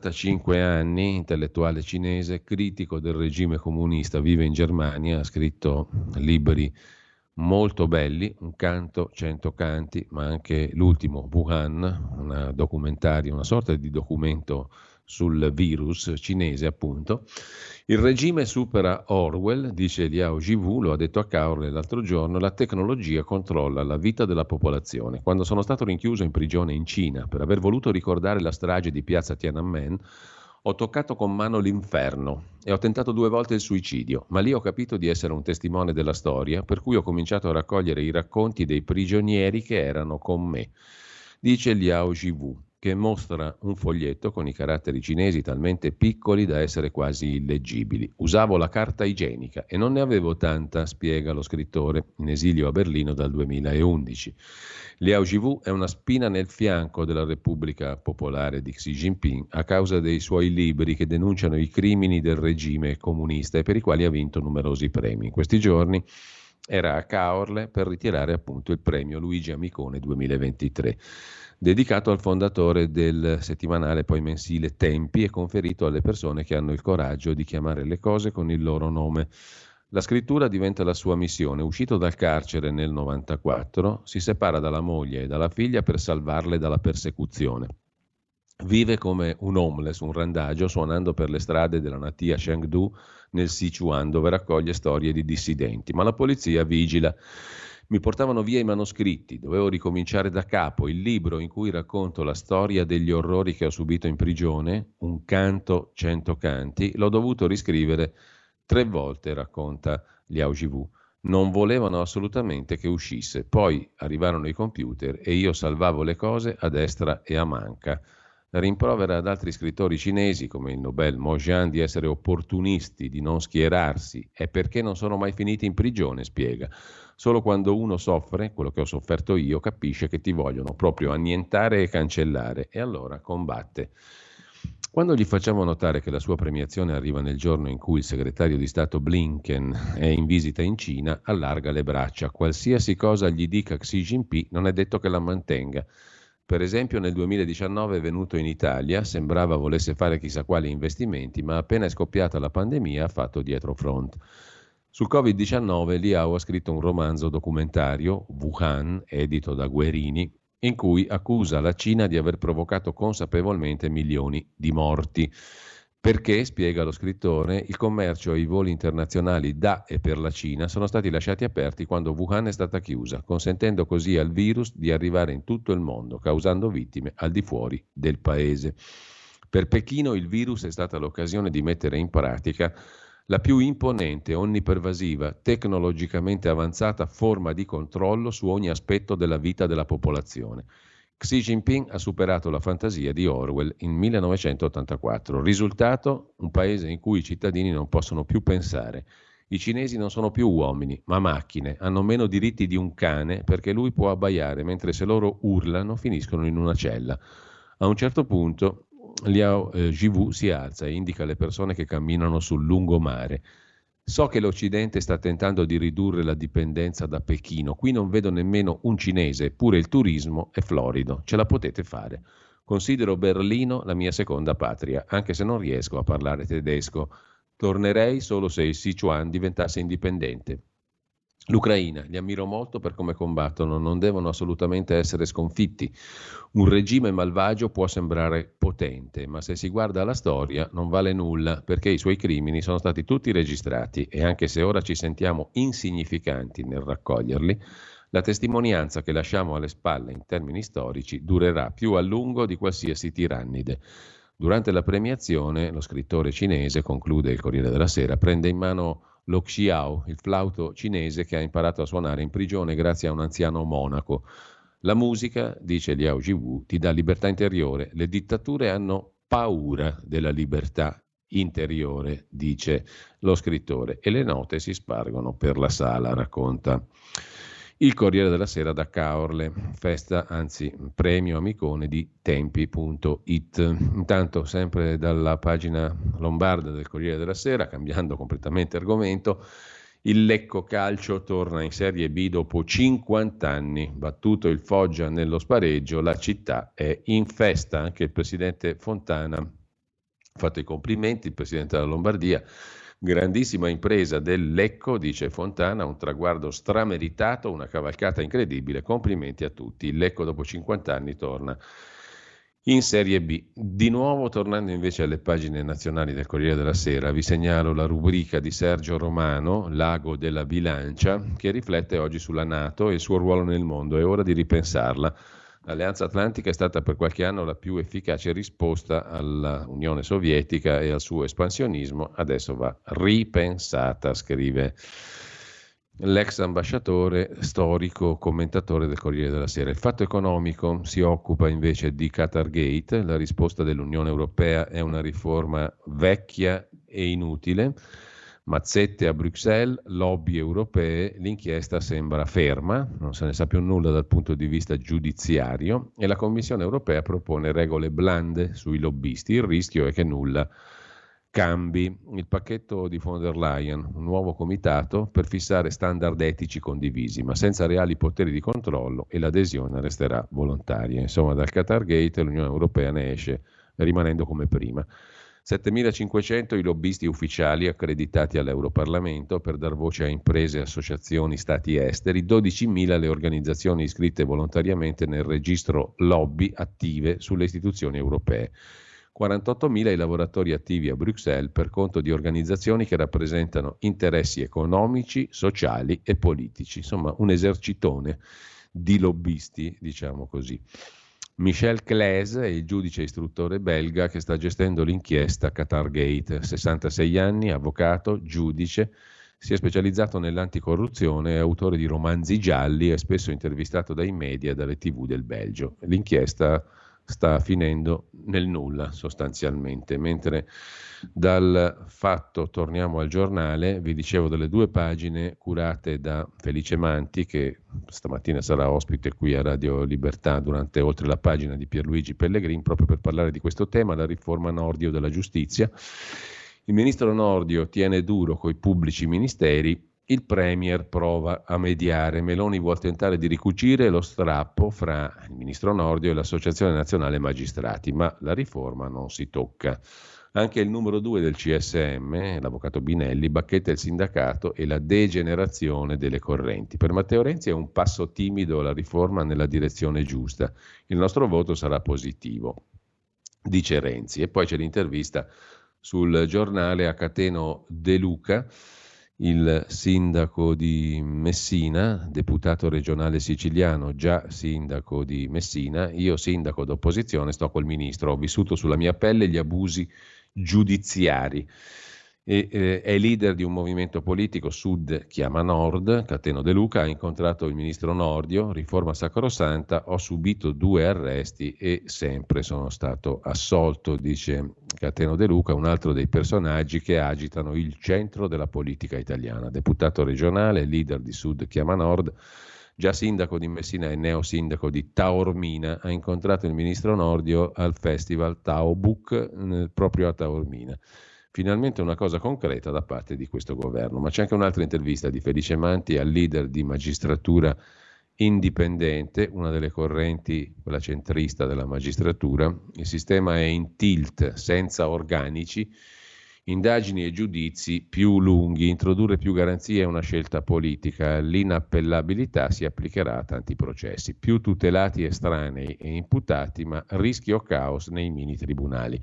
65 anni, intellettuale cinese, critico del regime comunista, vive in Germania, ha scritto libri molto belli, Un canto, 100 canti, ma anche l'ultimo, Wuhan, un documentario, una sorta di documento sul virus cinese, appunto. Il regime supera Orwell, dice Liao Jiwu, lo ha detto a Caorle l'altro giorno, la tecnologia controlla la vita della popolazione. Quando sono stato rinchiuso in prigione in Cina per aver voluto ricordare la strage di piazza Tiananmen, ho toccato con mano l'inferno e ho tentato 2 volte il suicidio, ma lì ho capito di essere un testimone della storia, per cui ho cominciato a raccogliere i racconti dei prigionieri che erano con me, dice Liao Jiwu, che mostra un foglietto con i caratteri cinesi talmente piccoli da essere quasi illeggibili. Usavo la carta igienica e non ne avevo tanta, spiega lo scrittore, in esilio a Berlino dal 2011. Liao Jiwu è una spina nel fianco della Repubblica Popolare di Xi Jinping a causa dei suoi libri che denunciano i crimini del regime comunista e per i quali ha vinto numerosi premi. In questi giorni era a Caorle per ritirare appunto il premio Luigi Amicone 2023. Dedicato al fondatore del settimanale poi mensile Tempi e conferito alle persone che hanno il coraggio di chiamare le cose con il loro nome. La scrittura diventa la sua missione. Uscito dal carcere nel 94, si separa dalla moglie e dalla figlia per salvarle dalla persecuzione. Vive come un homeless, un randagio, suonando per le strade della natia Chengdu nel Sichuan, dove raccoglie storie di dissidenti, ma la polizia vigila. Mi portavano via i manoscritti, dovevo ricominciare da capo. Il libro in cui racconto la storia degli orrori che ho subito in prigione, Un canto, 100 canti, l'ho dovuto riscrivere 3 volte, racconta Liao Jiwu. Non volevano assolutamente che uscisse. Poi arrivarono i computer e io salvavo le cose a destra e a manca. Rimprovera ad altri scrittori cinesi, come il Nobel Mo Jian, di essere opportunisti, di non schierarsi. È perché non sono mai finiti in prigione, spiega. Solo quando uno soffre, quello che ho sofferto io, capisce che ti vogliono proprio annientare e cancellare, e allora combatte. Quando gli facciamo notare che la sua premiazione arriva nel giorno in cui il segretario di Stato Blinken è in visita in Cina, allarga le braccia. Qualsiasi cosa gli dica Xi Jinping non è detto che la mantenga. Per esempio nel 2019 è venuto in Italia, sembrava volesse fare chissà quali investimenti, ma appena è scoppiata la pandemia ha fatto dietro front. Sul Covid-19 Liao ha scritto un romanzo documentario, Wuhan, edito da Guerini, in cui accusa la Cina di aver provocato consapevolmente milioni di morti. Perché, spiega lo scrittore, il commercio e i voli internazionali da e per la Cina sono stati lasciati aperti quando Wuhan è stata chiusa, consentendo così al virus di arrivare in tutto il mondo, causando vittime al di fuori del paese. Per Pechino il virus è stata l'occasione di mettere in pratica la più imponente, onnipervasiva, tecnologicamente avanzata forma di controllo su ogni aspetto della vita della popolazione. Xi Jinping ha superato la fantasia di Orwell in 1984. Risultato? Un paese in cui i cittadini non possono più pensare. I cinesi non sono più uomini, ma macchine. Hanno meno diritti di un cane perché lui può abbaiare, mentre se loro urlano finiscono in una cella. A un certo punto Liao Jiwu si alza e indica le persone che camminano sul lungomare. So che l'Occidente sta tentando di ridurre la dipendenza da Pechino. Qui non vedo nemmeno un cinese, eppure il turismo è florido. Ce la potete fare. Considero Berlino la mia seconda patria, anche se non riesco a parlare tedesco. Tornerei solo se il Sichuan diventasse indipendente. L'Ucraina, li ammiro molto per come combattono, non devono assolutamente essere sconfitti. Un regime malvagio può sembrare potente, ma se si guarda alla storia non vale nulla, perché i suoi crimini sono stati tutti registrati e anche se ora ci sentiamo insignificanti nel raccoglierli, la testimonianza che lasciamo alle spalle in termini storici durerà più a lungo di qualsiasi tirannide. Durante la premiazione, lo scrittore cinese, conclude il Corriere della Sera, prende in mano lo xiao, il flauto cinese che ha imparato a suonare in prigione grazie a un anziano monaco. La musica, dice Liao Jiwu, ti dà libertà interiore. Le dittature hanno paura della libertà interiore, dice lo scrittore, e le note si spargono per la sala, racconta il Corriere della Sera da Caorle, festa, anzi premio amicone di tempi.it. Intanto, sempre dalla pagina lombarda del Corriere della Sera, cambiando completamente argomento, il Lecco Calcio torna in Serie B dopo 50 anni. Battuto il Foggia nello spareggio, la città è in festa. Anche il presidente Fontana ha fatto i complimenti, il presidente della Lombardia. Grandissima impresa del Lecco, dice Fontana, un traguardo strameritato, una cavalcata incredibile, complimenti a tutti. Il Lecco dopo 50 anni torna in Serie B. Di nuovo, tornando invece alle pagine nazionali del Corriere della Sera, vi segnalo la rubrica di Sergio Romano, L'ago della bilancia, che riflette oggi sulla NATO e il suo ruolo nel mondo. È ora di ripensarla. L'Alleanza Atlantica è stata per qualche anno la più efficace risposta all'Unione Sovietica e al suo espansionismo, adesso va ripensata, scrive l'ex ambasciatore storico commentatore del Corriere della Sera. Il Fatto Economico si occupa invece di Qatargate, la risposta dell'Unione Europea è una riforma vecchia e inutile. Mazzette a Bruxelles, lobby europee, l'inchiesta sembra ferma, non se ne sa più nulla dal punto di vista giudiziario e la Commissione europea propone regole blande sui lobbisti. Il rischio è che nulla cambi. Il pacchetto di von der Leyen, un nuovo comitato per fissare standard etici condivisi, ma senza reali poteri di controllo e l'adesione resterà volontaria. Insomma, dal Qatargate l'Unione Europea ne esce rimanendo come prima. 7.500 i lobbisti ufficiali accreditati all'Europarlamento per dar voce a imprese, associazioni, stati esteri, 12.000 le organizzazioni iscritte volontariamente nel registro lobby attive sulle istituzioni europee, 48.000 i lavoratori attivi a Bruxelles per conto di organizzazioni che rappresentano interessi economici, sociali e politici. Insomma, un esercitone di lobbisti, diciamo così. Michel Claes è il giudice istruttore belga che sta gestendo l'inchiesta Qatargate, 66 anni, avvocato, giudice, si è specializzato nell'anticorruzione, è autore di romanzi gialli, è spesso intervistato dai media e dalle TV del Belgio. L'inchiesta sta finendo nel nulla sostanzialmente, mentre dal Fatto torniamo al Giornale. Vi dicevo delle 2 pagine curate da Felice Manti, che stamattina sarà ospite qui a Radio Libertà durante Oltre la pagina di Pierluigi Pellegrin, proprio per parlare di questo tema, la riforma Nordio della giustizia. Il ministro Nordio tiene duro coi pubblici ministeri, il Premier prova a mediare. Meloni vuol tentare di ricucire lo strappo fra il ministro Nordio e l'Associazione Nazionale Magistrati, ma la riforma non si tocca. Anche il numero 2 del CSM, l'avvocato Binelli, bacchetta il sindacato e la degenerazione delle correnti. Per Matteo Renzi è un passo timido la riforma nella direzione giusta. Il nostro voto sarà positivo, dice Renzi. E poi c'è l'intervista sul Giornale a Cateno De Luca, il sindaco di Messina, deputato regionale siciliano, già sindaco di Messina. Io, sindaco d'opposizione, sto col ministro, ho vissuto sulla mia pelle gli abusi giudiziari. È leader di un movimento politico, Sud chiama Nord. Cateno De Luca ha incontrato il ministro Nordio, riforma sacrosanta, ho subito 2 arresti e sempre sono stato assolto, dice Cateno De Luca, un altro dei personaggi che agitano il centro della politica italiana. Deputato regionale, leader di Sud chiama Nord, già sindaco di Messina e neo sindaco di Taormina, ha incontrato il ministro Nordio al festival Taobook proprio a Taormina. Finalmente una cosa concreta da parte di questo governo. Ma c'è anche un'altra intervista di Felice Manti al leader di Magistratura Indipendente, una delle correnti, quella centrista della magistratura. Il sistema è in tilt, senza organici, indagini e giudizi più lunghi, introdurre più garanzie è una scelta politica, l'inappellabilità si applicherà a tanti processi, più tutelati estranei e imputati, ma rischio caos nei mini tribunali.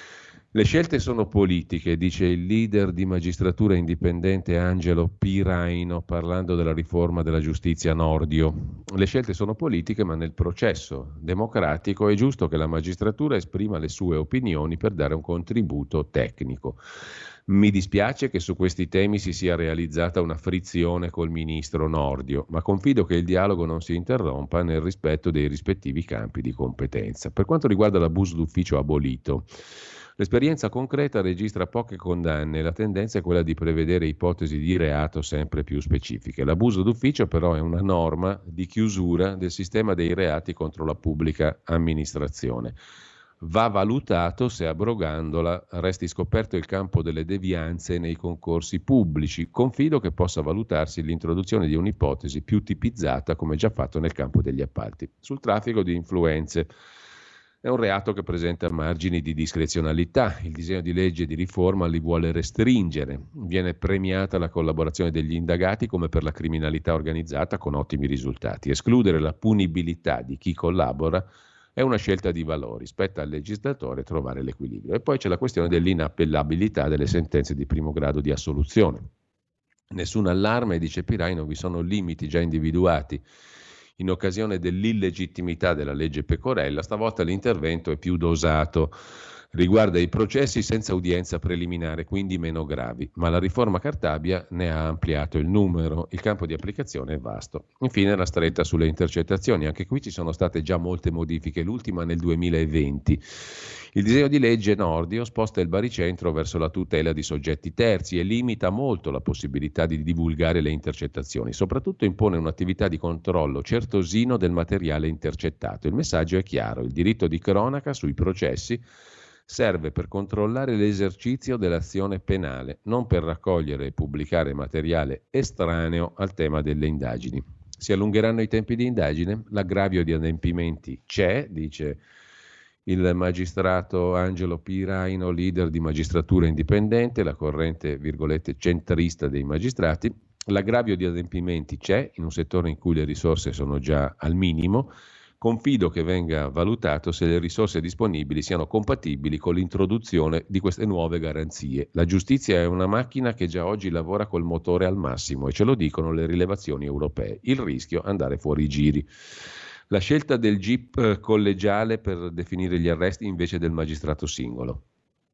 Le scelte sono politiche, dice il leader di Magistratura Indipendente Angelo Piraino, parlando della riforma della giustizia Nordio. Le scelte sono politiche, ma nel processo democratico è giusto che la magistratura esprima le sue opinioni per dare un contributo tecnico. Mi dispiace che su questi temi si sia realizzata una frizione col ministro Nordio, ma confido che il dialogo non si interrompa nel rispetto dei rispettivi campi di competenza. Per quanto riguarda l'abuso d'ufficio abolito, l'esperienza concreta registra poche condanne e la tendenza è quella di prevedere ipotesi di reato sempre più specifiche. L'abuso d'ufficio però è una norma di chiusura del sistema dei reati contro la pubblica amministrazione. Va valutato se abrogandola resti scoperto il campo delle devianze nei concorsi pubblici. Confido che possa valutarsi l'introduzione di un'ipotesi più tipizzata come già fatto nel campo degli appalti. Sul traffico di influenze. È un reato che presenta margini di discrezionalità. Il disegno di legge di riforma li vuole restringere. Viene premiata la collaborazione degli indagati come per la criminalità organizzata con ottimi risultati. Escludere la punibilità di chi collabora è una scelta di valori. Spetta al legislatore trovare l'equilibrio. E poi c'è la questione dell'inappellabilità delle sentenze di primo grado di assoluzione. Nessun allarme, dice Piraino, vi sono limiti già individuati in occasione dell'illegittimità della legge Pecorella. Stavolta l'intervento è più dosato, riguarda i processi senza udienza preliminare, quindi meno gravi, ma la riforma Cartabia ne ha ampliato il numero, il campo di applicazione è vasto. Infine la stretta sulle intercettazioni, anche qui ci sono state già molte modifiche, l'ultima nel 2020. Il disegno di legge Nordio sposta il baricentro verso la tutela di soggetti terzi e limita molto la possibilità di divulgare le intercettazioni, soprattutto impone un'attività di controllo certosino del materiale intercettato. Il messaggio è chiaro, il diritto di cronaca sui processi serve per controllare l'esercizio dell'azione penale, non per raccogliere e pubblicare materiale estraneo al tema delle indagini. Si allungheranno i tempi di indagine? L'aggravio di adempimenti c'è, dice il magistrato Angelo Piraino, leader di Magistratura Indipendente, la corrente, virgolette, centrista dei magistrati. L'aggravio di adempimenti c'è in un settore in cui le risorse sono già al minimo. Confido che venga valutato se le risorse disponibili siano compatibili con l'introduzione di queste nuove garanzie. La giustizia è una macchina che già oggi lavora col motore al massimo e ce lo dicono le rilevazioni europee. Il rischio è andare fuori giri. La scelta del GIP collegiale per definire gli arresti invece del magistrato singolo.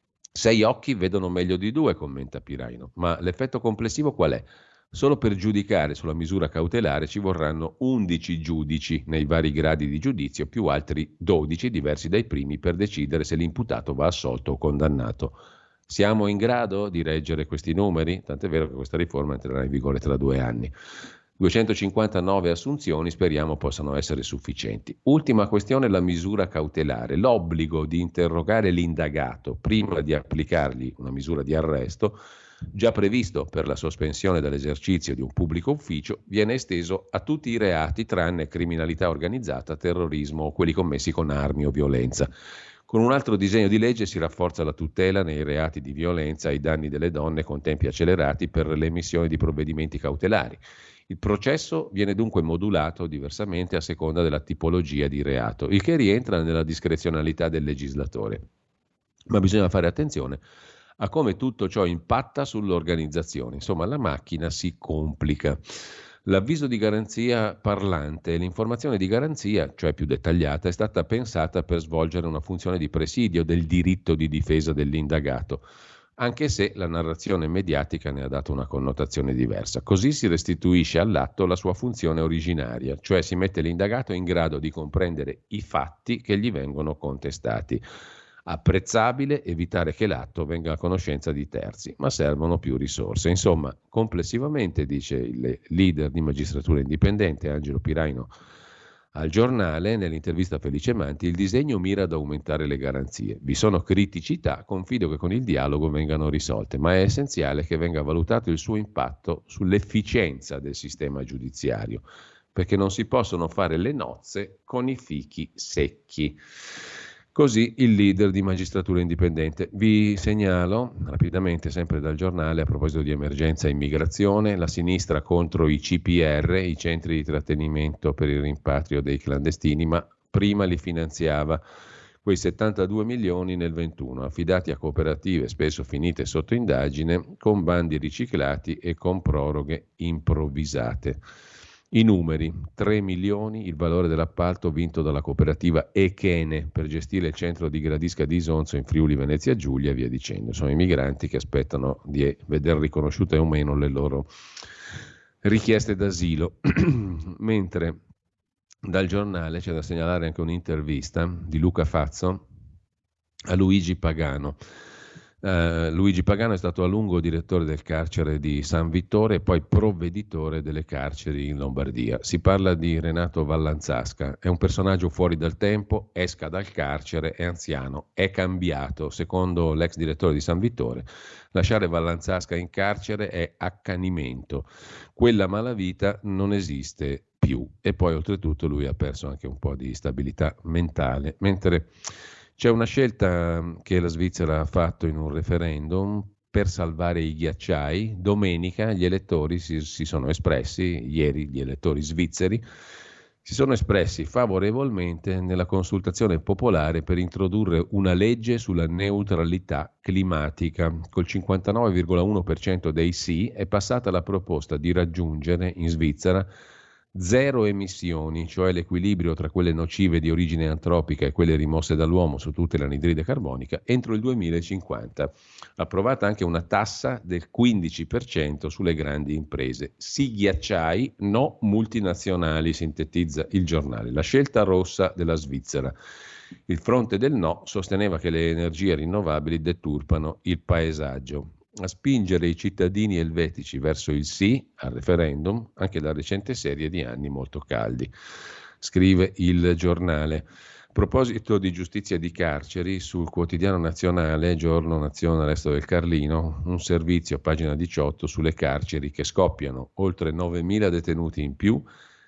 6 occhi vedono meglio di 2, commenta Piraino, ma l'effetto complessivo qual è? Solo per giudicare sulla misura cautelare ci vorranno 11 giudici nei vari gradi di giudizio, più altri 12 diversi dai primi per decidere se l'imputato va assolto o condannato. Siamo in grado di reggere questi numeri? Tant'è vero che questa riforma entrerà in vigore tra 2 anni. 259 assunzioni speriamo possano essere sufficienti. Ultima questione, la misura cautelare. L'obbligo di interrogare l'indagato prima di applicargli una misura di arresto, già previsto per la sospensione dall'esercizio di un pubblico ufficio, viene esteso a tutti i reati tranne criminalità organizzata, terrorismo o quelli commessi con armi o violenza. Con un altro disegno di legge si rafforza la tutela nei reati di violenza ai danni delle donne con tempi accelerati per l'emissione di provvedimenti cautelari. Il processo viene dunque modulato diversamente a seconda della tipologia di reato, il che rientra nella discrezionalità del legislatore. Ma bisogna fare attenzione a come tutto ciò impatta sull'organizzazione. Insomma, la macchina si complica. L'avviso di garanzia parlante e l'informazione di garanzia, cioè più dettagliata, è stata pensata per svolgere una funzione di presidio del diritto di difesa dell'indagato. anche se la narrazione mediatica ne ha dato una connotazione diversa. Così si restituisce all'atto la sua funzione originaria, cioè si mette l'indagato in grado di comprendere i fatti che gli vengono contestati. Apprezzabile evitare che l'atto venga a conoscenza di terzi, ma servono più risorse. Insomma, complessivamente, dice il leader di Magistratura Indipendente, Angelo Piraino, al giornale, nell'intervista a Felice Manti, il disegno mira ad aumentare le garanzie. Vi sono criticità, confido che con il dialogo vengano risolte, ma è essenziale che venga valutato il suo impatto sull'efficienza del sistema giudiziario, perché non si possono fare le nozze con i fichi secchi. Così il leader di Magistratura Indipendente. Vi segnalo rapidamente, sempre dal giornale, a proposito di emergenza immigrazione, la sinistra contro i CPR, i centri di trattenimento per il rimpatrio dei clandestini, ma prima li finanziava quei 72 milioni nel 21, affidati a cooperative spesso finite sotto indagine, con bandi riciclati e con proroghe improvvisate. I numeri: 3 milioni il valore dell'appalto vinto dalla cooperativa Echene per gestire il centro di Gradisca di Isonzo in Friuli Venezia Giulia e via dicendo. Sono i migranti che aspettano di vedere riconosciute o meno le loro richieste d'asilo. Mentre dal giornale c'è da segnalare anche un'intervista di Luca Fazzo a Luigi Pagano. Luigi Pagano è stato a lungo direttore del carcere di San Vittore e poi provveditore delle carceri in Lombardia. Si parla di Renato Vallanzasca, è un personaggio fuori dal tempo, esca dal carcere, è anziano, è cambiato. Secondo l'ex direttore di San Vittore, lasciare Vallanzasca in carcere è accanimento, quella malavita non esiste più. E poi oltretutto lui ha perso anche un po' di stabilità mentale, mentre c'è una scelta che la Svizzera ha fatto in un referendum per salvare i ghiacciai. Domenica gli elettori si sono espressi, ieri gli elettori svizzeri si sono espressi favorevolmente nella consultazione popolare per introdurre una legge sulla neutralità climatica. Col 59,1% dei sì è passata la proposta di raggiungere in Svizzera zero emissioni, cioè l'equilibrio tra quelle nocive di origine antropica e quelle rimosse dall'uomo su tutta l'anidride carbonica entro il 2050. Approvata anche una tassa del 15% sulle grandi imprese. Sì ghiacciai, no multinazionali, sintetizza il giornale. La scelta rossa della Svizzera. Il fronte del no sosteneva che le energie rinnovabili deturpano il paesaggio. A spingere i cittadini elvetici verso il sì al referendum anche la recente serie di anni molto caldi, scrive il giornale. A proposito di giustizia e di carceri, sul Quotidiano Nazionale, Giorno, Nazione, Resto del Carlino, un servizio, pagina 18, sulle carceri che scoppiano, oltre 9.000 detenuti in più,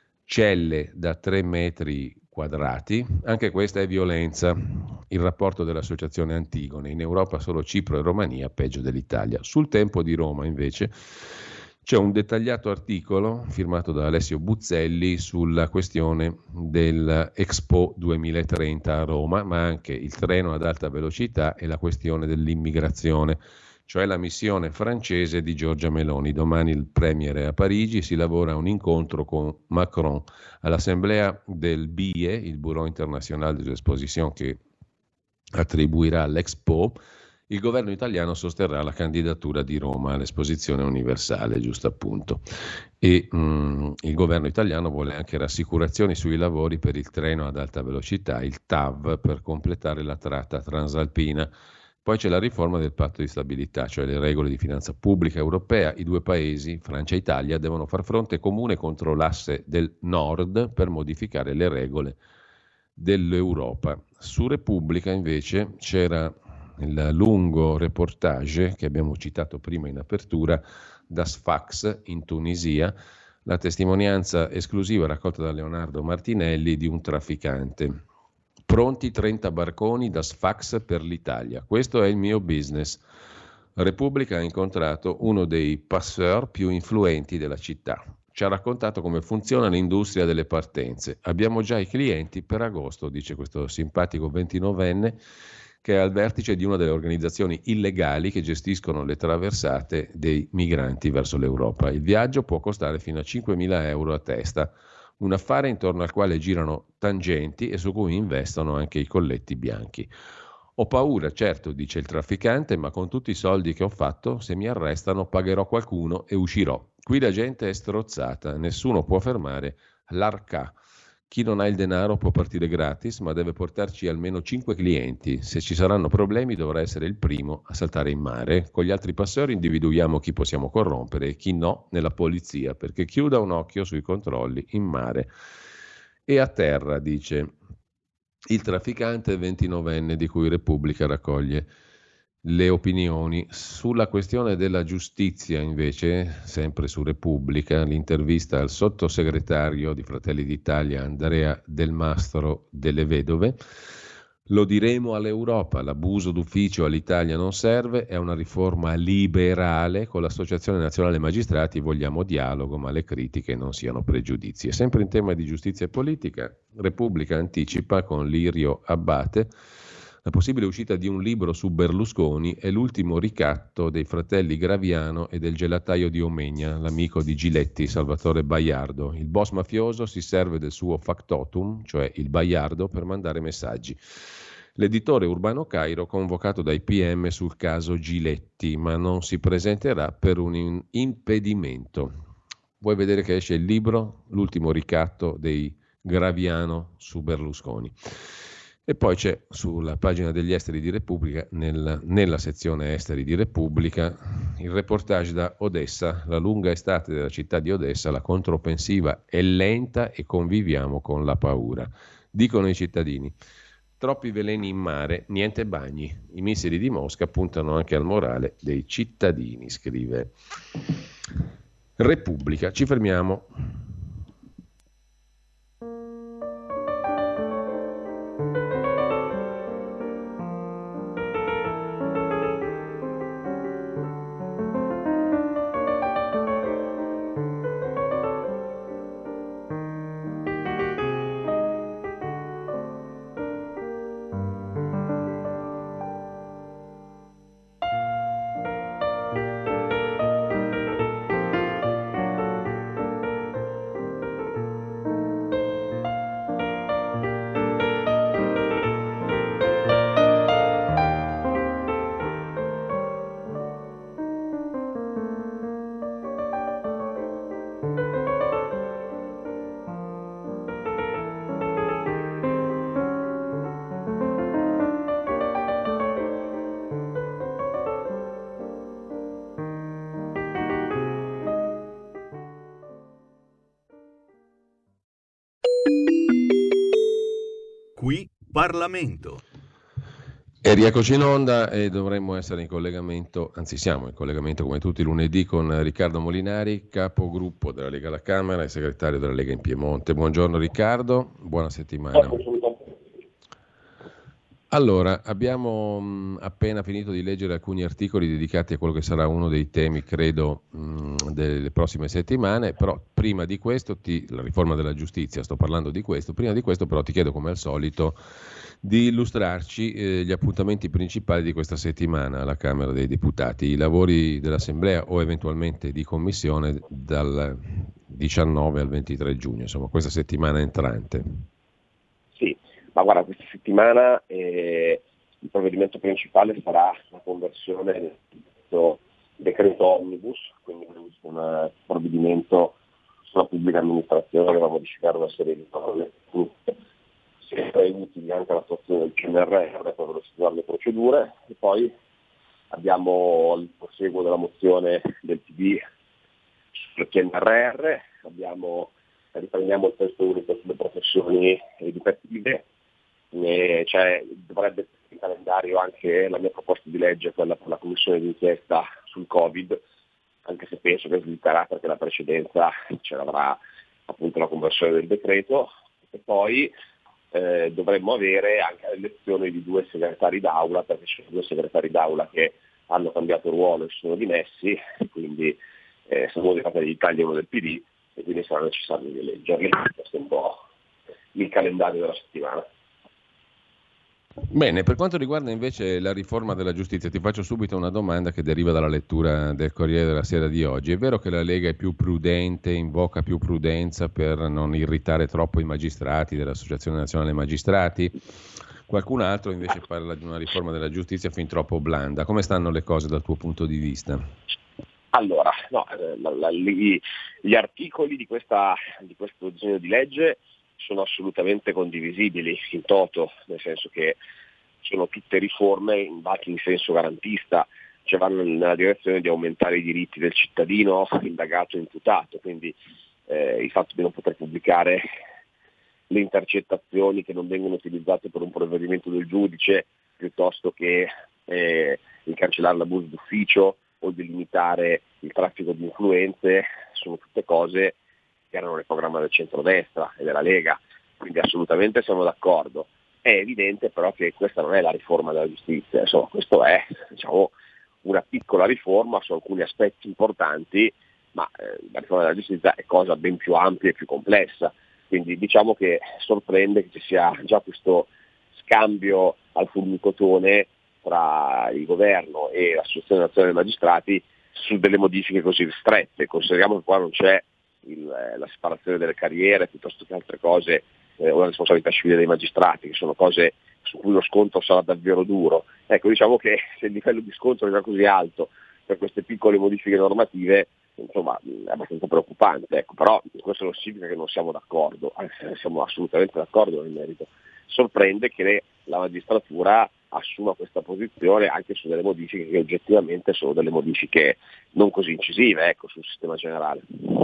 celle da 3 metri quadrati, anche questa è violenza. Il rapporto dell'associazione Antigone: in Europa solo Cipro e Romania peggio dell'Italia. Sul Tempo di Roma invece c'è un dettagliato articolo firmato da Alessio Buzzelli sulla questione dell'Expo 2030 a Roma, ma anche il treno ad alta velocità e la questione dell'immigrazione, cioè la missione francese di Giorgia Meloni. Domani il premier è a Parigi, si lavora a un incontro con Macron. All'assemblea del BIE, il Bureau International des Expositions che attribuirà l'Expo, il governo italiano sosterrà la candidatura di Roma all'esposizione universale, giusto appunto. E il governo italiano vuole anche rassicurazioni sui lavori per il treno ad alta velocità, il TAV, per completare la tratta transalpina. Poi c'è la riforma del patto di stabilità, cioè le regole di finanza pubblica europea. I due paesi, Francia e Italia, devono far fronte comune contro l'asse del nord per modificare le regole dell'Europa. Su Repubblica invece c'era il lungo reportage che abbiamo citato prima in apertura da Sfax in Tunisia, la testimonianza esclusiva raccolta da Leonardo Martinelli di un trafficante. Pronti 30 barconi da Sfax per l'Italia. Questo è il mio business. Repubblica ha incontrato uno dei passeur più influenti della città. Ci ha raccontato come funziona l'industria delle partenze. Abbiamo già i clienti per agosto, dice questo simpatico 29enne che è al vertice di una delle organizzazioni illegali che gestiscono le traversate dei migranti verso l'Europa. Il viaggio può costare fino a 5.000 euro a testa. Un affare intorno al quale girano tangenti e su cui investono anche i colletti bianchi. Ho paura, certo, dice il trafficante, ma con tutti i soldi che ho fatto, se mi arrestano pagherò qualcuno e uscirò. Qui la gente è strozzata, nessuno può fermare l'Arca. Chi non ha il denaro può partire gratis, ma deve portarci almeno 5 clienti. Se ci saranno problemi dovrà essere il primo a saltare in mare. Con gli altri passori individuiamo chi possiamo corrompere e chi no nella polizia, perché chiuda un occhio sui controlli in mare e a terra, dice il trafficante 29enne di cui Repubblica raccoglie le opinioni. Sulla questione della giustizia, invece, sempre su Repubblica, l'intervista al sottosegretario di Fratelli d'Italia Andrea Del Mastro delle Vedove. Lo diremo all'Europa, l'abuso d'ufficio all'Italia non serve, è una riforma liberale, con l'Associazione Nazionale Magistrati vogliamo dialogo, ma le critiche non siano pregiudizi. E sempre in tema di giustizia e politica, Repubblica anticipa con Lirio Abbate la possibile uscita di un libro su Berlusconi e l'ultimo ricatto dei fratelli Graviano e del gelataio di Omegna, l'amico di Giletti, Salvatore Baiardo. Il boss mafioso si serve del suo factotum, cioè il Baiardo, per mandare messaggi. L'editore Urbano Cairo convocato dai PM sul caso Giletti, ma non si presenterà per un impedimento. Vuoi vedere che esce il libro? L'ultimo ricatto dei Graviano su Berlusconi. E poi c'è sulla pagina degli esteri di Repubblica, nella sezione esteri di Repubblica, il reportage da Odessa, la lunga estate della città di Odessa, la controffensiva è lenta e conviviamo con la paura. Dicono i cittadini, troppi veleni in mare, niente bagni. I missili di Mosca puntano anche al morale dei cittadini, scrive Repubblica. Ci fermiamo. Qui Parlamento. E rieccoci in onda e dovremmo essere in collegamento, anzi siamo in collegamento come tutti i lunedì con Riccardo Molinari, capogruppo della Lega alla Camera e segretario della Lega in Piemonte. Buongiorno Riccardo, buona settimana. Allora, abbiamo appena finito di leggere alcuni articoli dedicati a quello che sarà uno dei temi, credo, delle prossime settimane, però prima di questo, la riforma della giustizia, sto parlando di questo, prima di questo però ti chiedo come al solito di illustrarci gli appuntamenti principali di questa settimana alla Camera dei Deputati, i lavori dell'Assemblea o eventualmente di commissione dal 19 al 23 giugno, insomma questa settimana entrante. Sì. Ma guarda, questa settimana il provvedimento principale sarà la conversione del decreto omnibus, quindi un provvedimento sulla pubblica amministrazione che va a modificare una serie di norme, sempre utili anche all'attuazione del PNRR per velocizzare le procedure, e poi abbiamo il proseguo della mozione del PD sul PNRR, riprendiamo il testo unico sulle professioni educative. Dovrebbe essere in calendario anche la mia proposta di legge, quella per la commissione d'inchiesta sul Covid, anche se penso che svilupperà perché la precedenza ce l'avrà appunto la conversione del decreto, e poi dovremmo avere anche l'elezione di 2 segretari d'aula, perché ci sono 2 segretari d'aula che hanno cambiato ruolo e si sono dimessi, quindi sono di Fratelli d'Italia e uno del PD, e quindi sarà necessario eleggerli. Questo è un po' il calendario della settimana. Bene, per quanto riguarda invece la riforma della giustizia, ti faccio subito una domanda che deriva dalla lettura del Corriere della Sera di oggi. È vero che la Lega è più prudente, invoca più prudenza per non irritare troppo i magistrati dell'Associazione Nazionale Magistrati? Qualcun altro invece parla di una riforma della giustizia fin troppo blanda. Come stanno le cose dal tuo punto di vista? Allora, no, gli articoli di questo disegno di legge sono assolutamente condivisibili in toto, nel senso che sono tutte riforme andate in senso garantista, cioè vanno nella direzione di aumentare i diritti del cittadino, indagato e imputato, quindi il fatto di non poter pubblicare le intercettazioni che non vengono utilizzate per un provvedimento del giudice, piuttosto che il cancellare l'abuso d'ufficio o di limitare il traffico di influenze, sono tutte cose che erano nel programma del centrodestra e della Lega, quindi assolutamente siamo d'accordo. È evidente però che questa non è la riforma della giustizia, insomma, questo è una piccola riforma su alcuni aspetti importanti, ma la riforma della giustizia è cosa ben più ampia e più complessa, quindi diciamo che sorprende che ci sia già questo scambio al fulmicotone tra il governo e l'Associazione Nazionale dei Magistrati su delle modifiche così ristrette. Consideriamo che qua non c'è la separazione delle carriere piuttosto che altre cose, o la responsabilità civile dei magistrati, che sono cose su cui lo scontro sarà davvero duro. Ecco, diciamo che se il livello di scontro è già così alto per queste piccole modifiche normative, insomma, è abbastanza preoccupante. Ecco, però questo non significa che non siamo d'accordo, siamo assolutamente d'accordo nel merito. Sorprende che la magistratura assuma questa posizione anche su delle modifiche che oggettivamente sono delle modifiche non così incisive, ecco, sul sistema generale.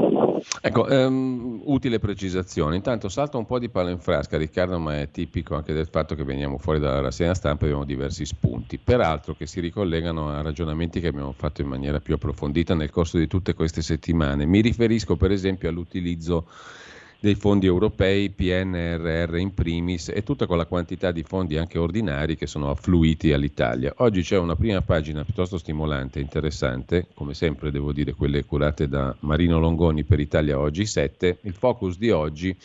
Ecco, utile precisazione. Intanto salta un po' di palo in frasca, Riccardo, ma è tipico anche del fatto che veniamo fuori dalla rassegna stampa e abbiamo diversi spunti, peraltro che si ricollegano a ragionamenti che abbiamo fatto in maniera più approfondita nel corso di tutte queste settimane. Mi riferisco per esempio all'utilizzo dei fondi europei, PNRR in primis, e tutta quella quantità di fondi anche ordinari che sono affluiti all'Italia. Oggi c'è una prima pagina piuttosto stimolante e interessante, come sempre devo dire quelle curate da Marino Longoni per Italia Oggi 7. Il focus di oggi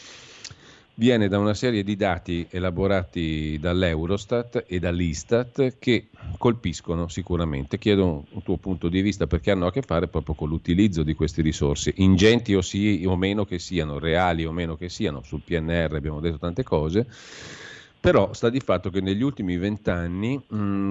viene da una serie di dati elaborati dall'Eurostat e dall'Istat che colpiscono sicuramente. Chiedo un tuo punto di vista, perché hanno a che fare proprio con l'utilizzo di queste risorse, ingenti o sì o meno che siano, reali o meno che siano. Sul PNR abbiamo detto tante cose, però sta di fatto che negli ultimi 20 anni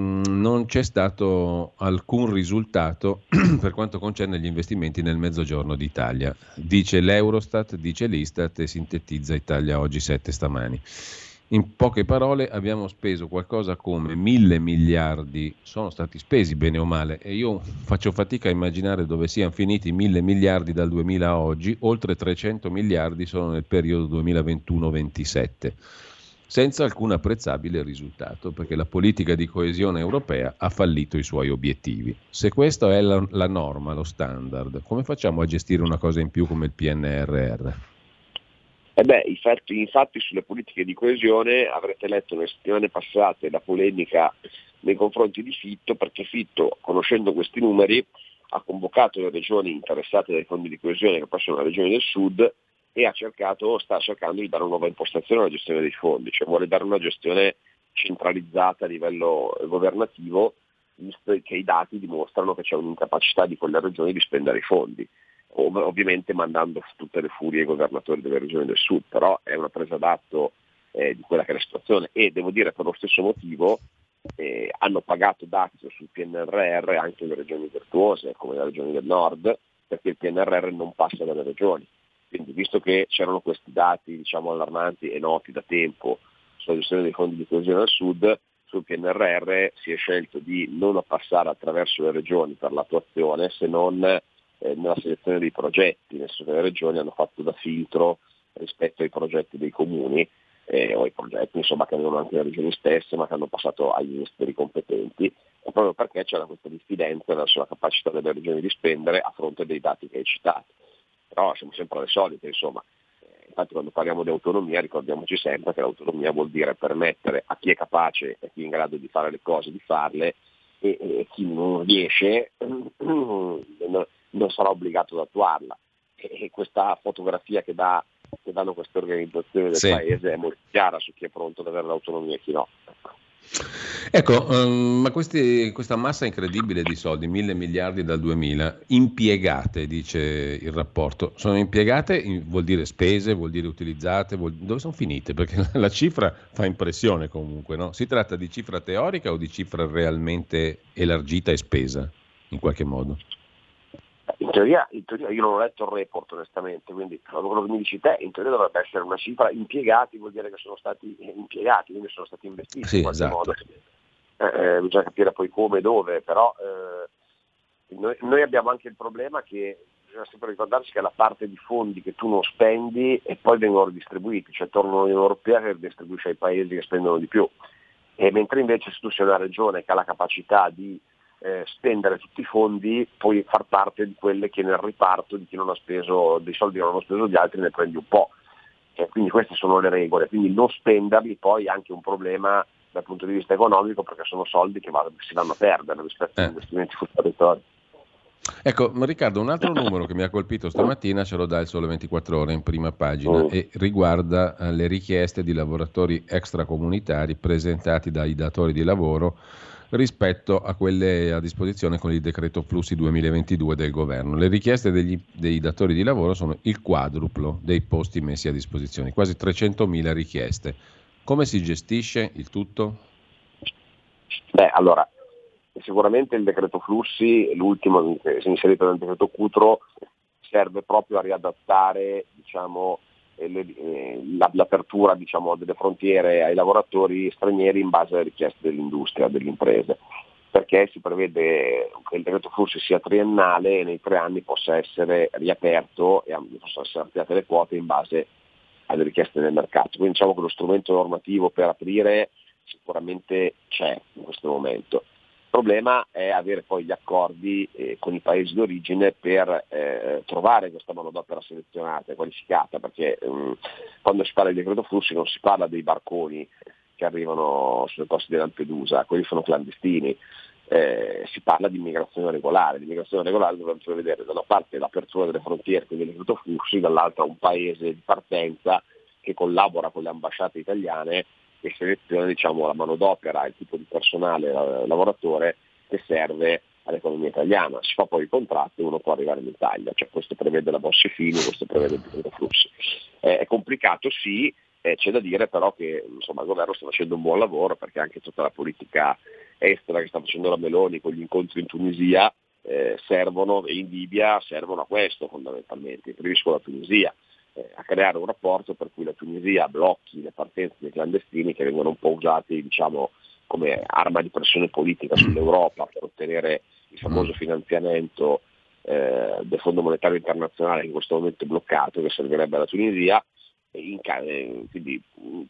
non c'è stato alcun risultato per quanto concerne gli investimenti nel Mezzogiorno d'Italia. Dice l'Eurostat, dice l'Istat e sintetizza Italia Oggi 7 stamani. In poche parole abbiamo speso qualcosa come 1.000 miliardi, sono stati spesi bene o male, e io faccio fatica a immaginare dove siano finiti 1.000 miliardi dal 2000 a oggi, oltre 300 miliardi sono nel periodo 2021-27. Senza alcun apprezzabile risultato, perché la politica di coesione europea ha fallito i suoi obiettivi. Se questa è la norma, lo standard, come facciamo a gestire una cosa in più come il PNRR? Infatti sulle politiche di coesione avrete letto nelle settimane passate la polemica nei confronti di Fitto, perché Fitto, conoscendo questi numeri, ha convocato le regioni interessate dai fondi di coesione, che poi sono le regioni del sud, e sta cercando di dare una nuova impostazione alla gestione dei fondi, cioè vuole dare una gestione centralizzata a livello governativo, visto che i dati dimostrano che c'è un'incapacità di quelle regioni di spendere i fondi, ovviamente mandando tutte le furie ai governatori delle regioni del sud, però è una presa d'atto di quella che è la situazione, e devo dire per lo stesso motivo hanno pagato dazio sul PNRR anche le regioni virtuose come le regioni del nord, perché il PNRR non passa dalle regioni. Quindi, visto che c'erano questi dati allarmanti e noti da tempo sulla gestione dei fondi di coesione al sud, sul PNRR si è scelto di non passare attraverso le regioni per l'attuazione, se non nella selezione dei progetti, nel senso che le regioni hanno fatto da filtro rispetto ai progetti dei comuni, o ai progetti che avevano anche le regioni stesse, ma che hanno passato agli ministeri competenti, e proprio perché c'era questa diffidenza verso la capacità delle regioni di spendere a fronte dei dati che hai citato. Però siamo sempre alle solite, infatti quando parliamo di autonomia ricordiamoci sempre che l'autonomia vuol dire permettere a chi è capace e chi è in grado di fare le cose di farle, e chi non riesce non sarà obbligato ad attuarla, e questa fotografia che danno queste organizzazioni del paese è molto chiara su chi è pronto ad avere l'autonomia e chi no. Ecco, ma questa massa incredibile di soldi, 1.000 miliardi dal 2000, impiegate, dice il rapporto, sono impiegate, vuol dire spese, vuol dire utilizzate, dove sono finite? Perché la cifra fa impressione comunque, no? Si tratta di cifra teorica o di cifra realmente elargita e spesa, in qualche modo? In teoria io non ho letto il report onestamente, quindi quello che mi dici te, in teoria dovrebbe essere una cifra, impiegati vuol dire che sono stati impiegati, quindi sono stati investiti sì, in qualche esatto. modo. Bisogna capire poi come e dove, però noi abbiamo anche il problema che bisogna sempre ricordarci che la parte di fondi che tu non spendi e poi vengono ridistribuiti, cioè tornano all'Unione Europea che distribuisce ai paesi che spendono di più, e mentre invece se tu sei una regione che ha la capacità di spendere tutti i fondi, puoi far parte di quelle che nel riparto di chi non ha speso dei soldi che non hanno speso gli altri ne prendi un po', quindi queste sono le regole, quindi non spenderli poi è anche un problema dal punto di vista economico, perché sono soldi che si vanno a perdere rispetto agli investimenti sul territorio. Ecco, Riccardo, un altro numero che mi ha colpito stamattina ce lo dà il Sole 24 Ore in prima pagina e riguarda le richieste di lavoratori extracomunitari presentati dai datori di lavoro rispetto a quelle a disposizione con il decreto flussi 2022 del governo. Le richieste dei datori di lavoro sono il quadruplo dei posti messi a disposizione, quasi 300.000 richieste. Come si gestisce il tutto? Allora, sicuramente il decreto flussi, l'ultimo che si è inserito nel decreto Cutro, serve proprio a riadattare l'apertura delle frontiere ai lavoratori stranieri in base alle richieste dell'industria, delle imprese, perché si prevede che il decreto flussi sia triennale e nei 3 anni possa essere riaperto e possono essere ampliate le quote in base alle richieste del mercato. Quindi diciamo che lo strumento normativo per aprire sicuramente c'è in questo momento. Il problema è avere poi gli accordi con i paesi d'origine per trovare questa manodopera selezionata e qualificata, perché quando si parla di decreto flussi non si parla dei barconi che arrivano sulle coste di Lampedusa, quelli sono clandestini, si parla di immigrazione regolare. L'immigrazione regolare dovrebbe prevedere da una parte l'apertura delle frontiere, quindi il decreto flussi, dall'altra un paese di partenza che collabora con le ambasciate italiane e seleziona la manodopera, il tipo di personale, lavoratore che serve all'economia italiana. Si fa poi i contratti e uno può arrivare in Italia, cioè questo prevede la Bossi-Fini, questo prevede il decreto flussi. È complicato sì, c'è da dire però che il governo sta facendo un buon lavoro, perché anche tutta la politica estera che sta facendo la Meloni con gli incontri in Tunisia servono, e in Libia servono a questo fondamentalmente, preferisco la Tunisia, a creare un rapporto per cui la Tunisia blocchi le partenze dei clandestini che vengono un po' usati come arma di pressione politica sull'Europa per ottenere il famoso finanziamento del Fondo Monetario Internazionale che in questo momento è bloccato, che servirebbe alla Tunisia. Quindi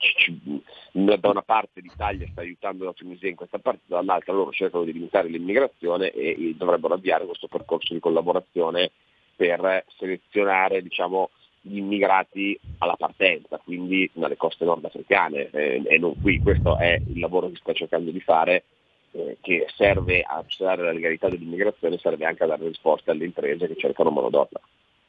da una parte l'Italia sta aiutando la Tunisia in questa parte, dall'altra loro cercano di limitare l'immigrazione e dovrebbero avviare questo percorso di collaborazione per selezionare gli immigrati alla partenza, quindi dalle coste nordafricane e non qui. Questo è il lavoro che sta cercando di fare, che serve a tutelare la legalità dell'immigrazione, serve anche a dare risposte alle imprese che cercano manodopera.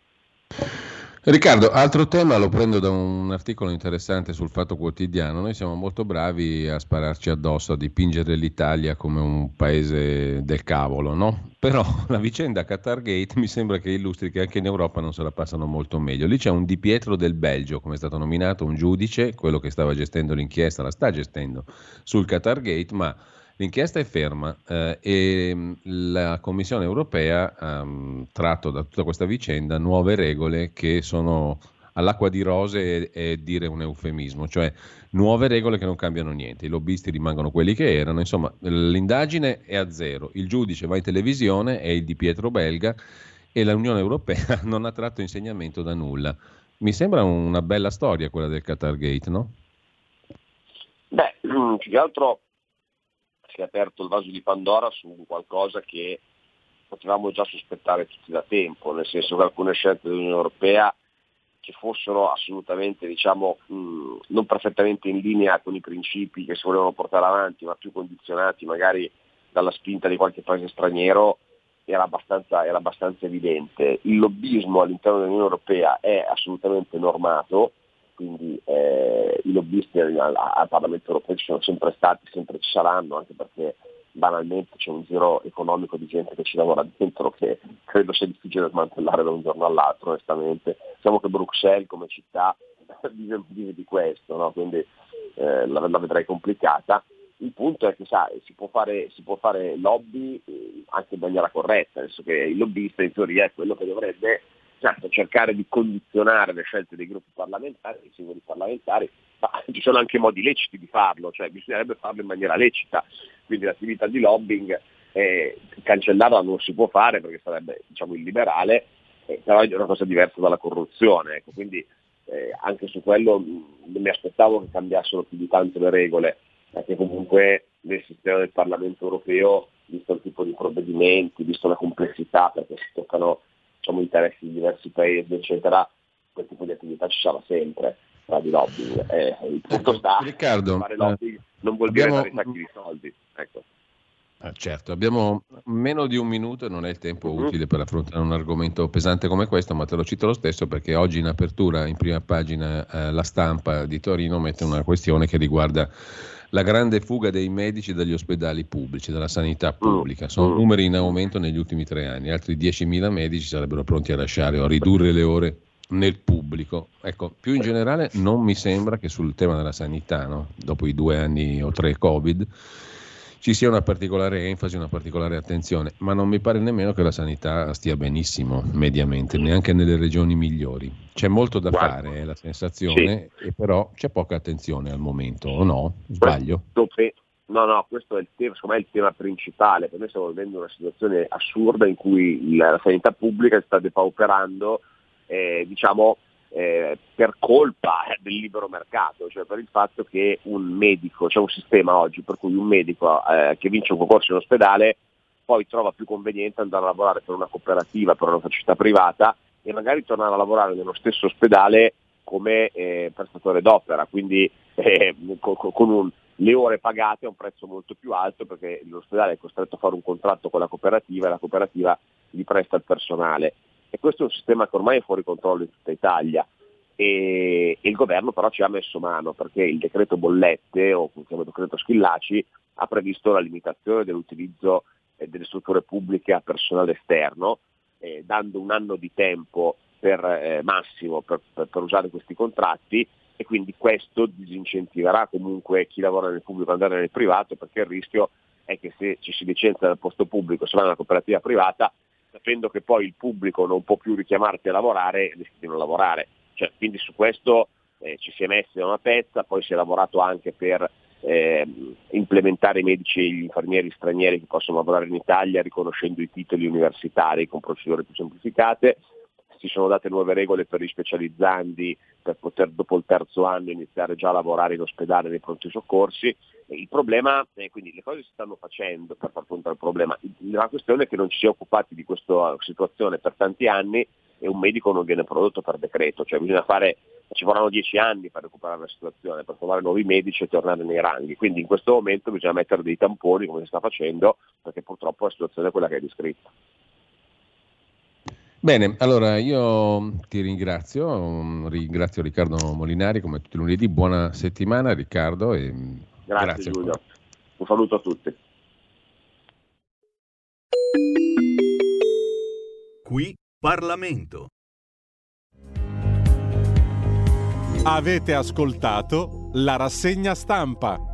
Riccardo, altro tema lo prendo da un articolo interessante sul Fatto Quotidiano. Noi siamo molto bravi a spararci addosso, a dipingere l'Italia come un paese del cavolo, no? Però la vicenda Qatargate mi sembra che illustri che anche in Europa non se la passano molto meglio. Lì c'è un Di Pietro del Belgio, come è stato nominato, un giudice, quello che stava gestendo l'inchiesta, la sta gestendo sul Qatargate, ma l'inchiesta è ferma e la Commissione europea ha tratto da tutta questa vicenda nuove regole che sono all'acqua di rose e dire un eufemismo, cioè nuove regole che non cambiano niente, i lobbisti rimangono quelli che erano, insomma l'indagine è a zero, il giudice va in televisione, è il Di Pietro belga e l'Unione Europea non ha tratto insegnamento da nulla. Mi sembra una bella storia quella del Qatargate, no? Più che altro si è aperto il vaso di Pandora su qualcosa che potevamo già sospettare tutti da tempo, nel senso che alcune scelte dell'Unione Europea che fossero assolutamente non perfettamente in linea con i principi che si volevano portare avanti, ma più condizionati magari dalla spinta di qualche paese straniero, era abbastanza evidente. Il lobbismo all'interno dell'Unione Europea è assolutamente normato, quindi i lobbisti al Parlamento europeo ci sono sempre stati, sempre ci saranno, anche perché banalmente c'è un giro economico di gente che ci lavora dentro che credo sia difficile smantellare da un giorno all'altro, onestamente. Diciamo che Bruxelles come città vive di questo, no? Quindi la vedrei complicata. Il punto è che si può fare lobby anche in maniera corretta, nel senso che il lobbista in teoria è quello che dovrebbe cercare di condizionare le scelte dei gruppi parlamentari, dei singoli parlamentari, ma ci sono anche modi leciti di farlo, cioè bisognerebbe farlo in maniera lecita, quindi l'attività di lobbying cancellarla non si può fare perché sarebbe illiberale, però è una cosa diversa dalla corruzione, ecco. Quindi anche su quello mi aspettavo che cambiassero più di tanto le regole, perché comunque nel sistema del Parlamento europeo, visto il tipo di provvedimenti, visto la complessità, perché si toccano interessi di diversi paesi, eccetera, quel tipo di attività ci sarà sempre di lobbying. Il punto sta Riccardo, fare lobbying non vuol dire dare sacchi di soldi. Ecco. Certo, abbiamo meno di un minuto e non è il tempo utile per affrontare un argomento pesante come questo, ma te lo cito lo stesso perché oggi in apertura, in prima pagina, La Stampa di Torino mette una questione che riguarda la grande fuga dei medici dagli ospedali pubblici, dalla sanità pubblica. Sono numeri in aumento negli ultimi 3 anni, altri 10.000 medici sarebbero pronti a lasciare o a ridurre le ore nel pubblico. Ecco, più in generale non mi sembra che sul tema della sanità, no? Dopo i 2 anni o 3 Covid, ci sia una particolare enfasi, una particolare attenzione, ma non mi pare nemmeno che la sanità stia benissimo mediamente, neanche nelle regioni migliori. C'è molto da fare, è la sensazione, e però c'è poca attenzione al momento, o no? Sbaglio? No, questo è il tema, secondo me è il tema principale, per noi stiamo vivendo una situazione assurda in cui la sanità pubblica sta depauperando, per colpa del libero mercato, cioè per il fatto che un medico, c'è un sistema oggi per cui un medico che vince un concorso in ospedale poi trova più conveniente andare a lavorare per una cooperativa, per una società privata e magari tornare a lavorare nello stesso ospedale come prestatore d'opera, quindi con le ore pagate a un prezzo molto più alto perché l'ospedale è costretto a fare un contratto con la cooperativa e la cooperativa gli presta il personale. E questo è un sistema che ormai è fuori controllo in tutta Italia e il governo però ci ha messo mano perché il decreto bollette o il decreto Schillaci ha previsto la limitazione dell'utilizzo delle strutture pubbliche a personale esterno, dando 1 anno di tempo massimo per usare questi contratti e quindi questo disincentiverà comunque chi lavora nel pubblico ad andare nel privato perché il rischio è che se ci si licenzia dal posto pubblico se va nella cooperativa privata sapendo che poi il pubblico non può più richiamarti a lavorare, rischi di non lavorare. Quindi su questo ci si è messi una pezza, poi si è lavorato anche per implementare i medici e gli infermieri stranieri che possono lavorare in Italia riconoscendo i titoli universitari con procedure più semplificate. Si sono date nuove regole per gli specializzandi per poter dopo il 3° anno iniziare già a lavorare in ospedale nei pronti soccorsi. Il problema, quindi le cose si stanno facendo per far fronte al problema, la questione è che non ci si è occupati di questa situazione per tanti anni e un medico non viene prodotto per decreto, cioè ci vorranno 10 anni per recuperare la situazione, per trovare nuovi medici e tornare nei ranghi, quindi in questo momento bisogna mettere dei tamponi come si sta facendo perché purtroppo la situazione è quella che è descritta. Bene, allora io ti ringrazio Riccardo Molinari come tutti i lunedì, buona settimana Riccardo e grazie Giulio, un saluto a tutti. Qui Parlamento. Avete ascoltato la rassegna stampa.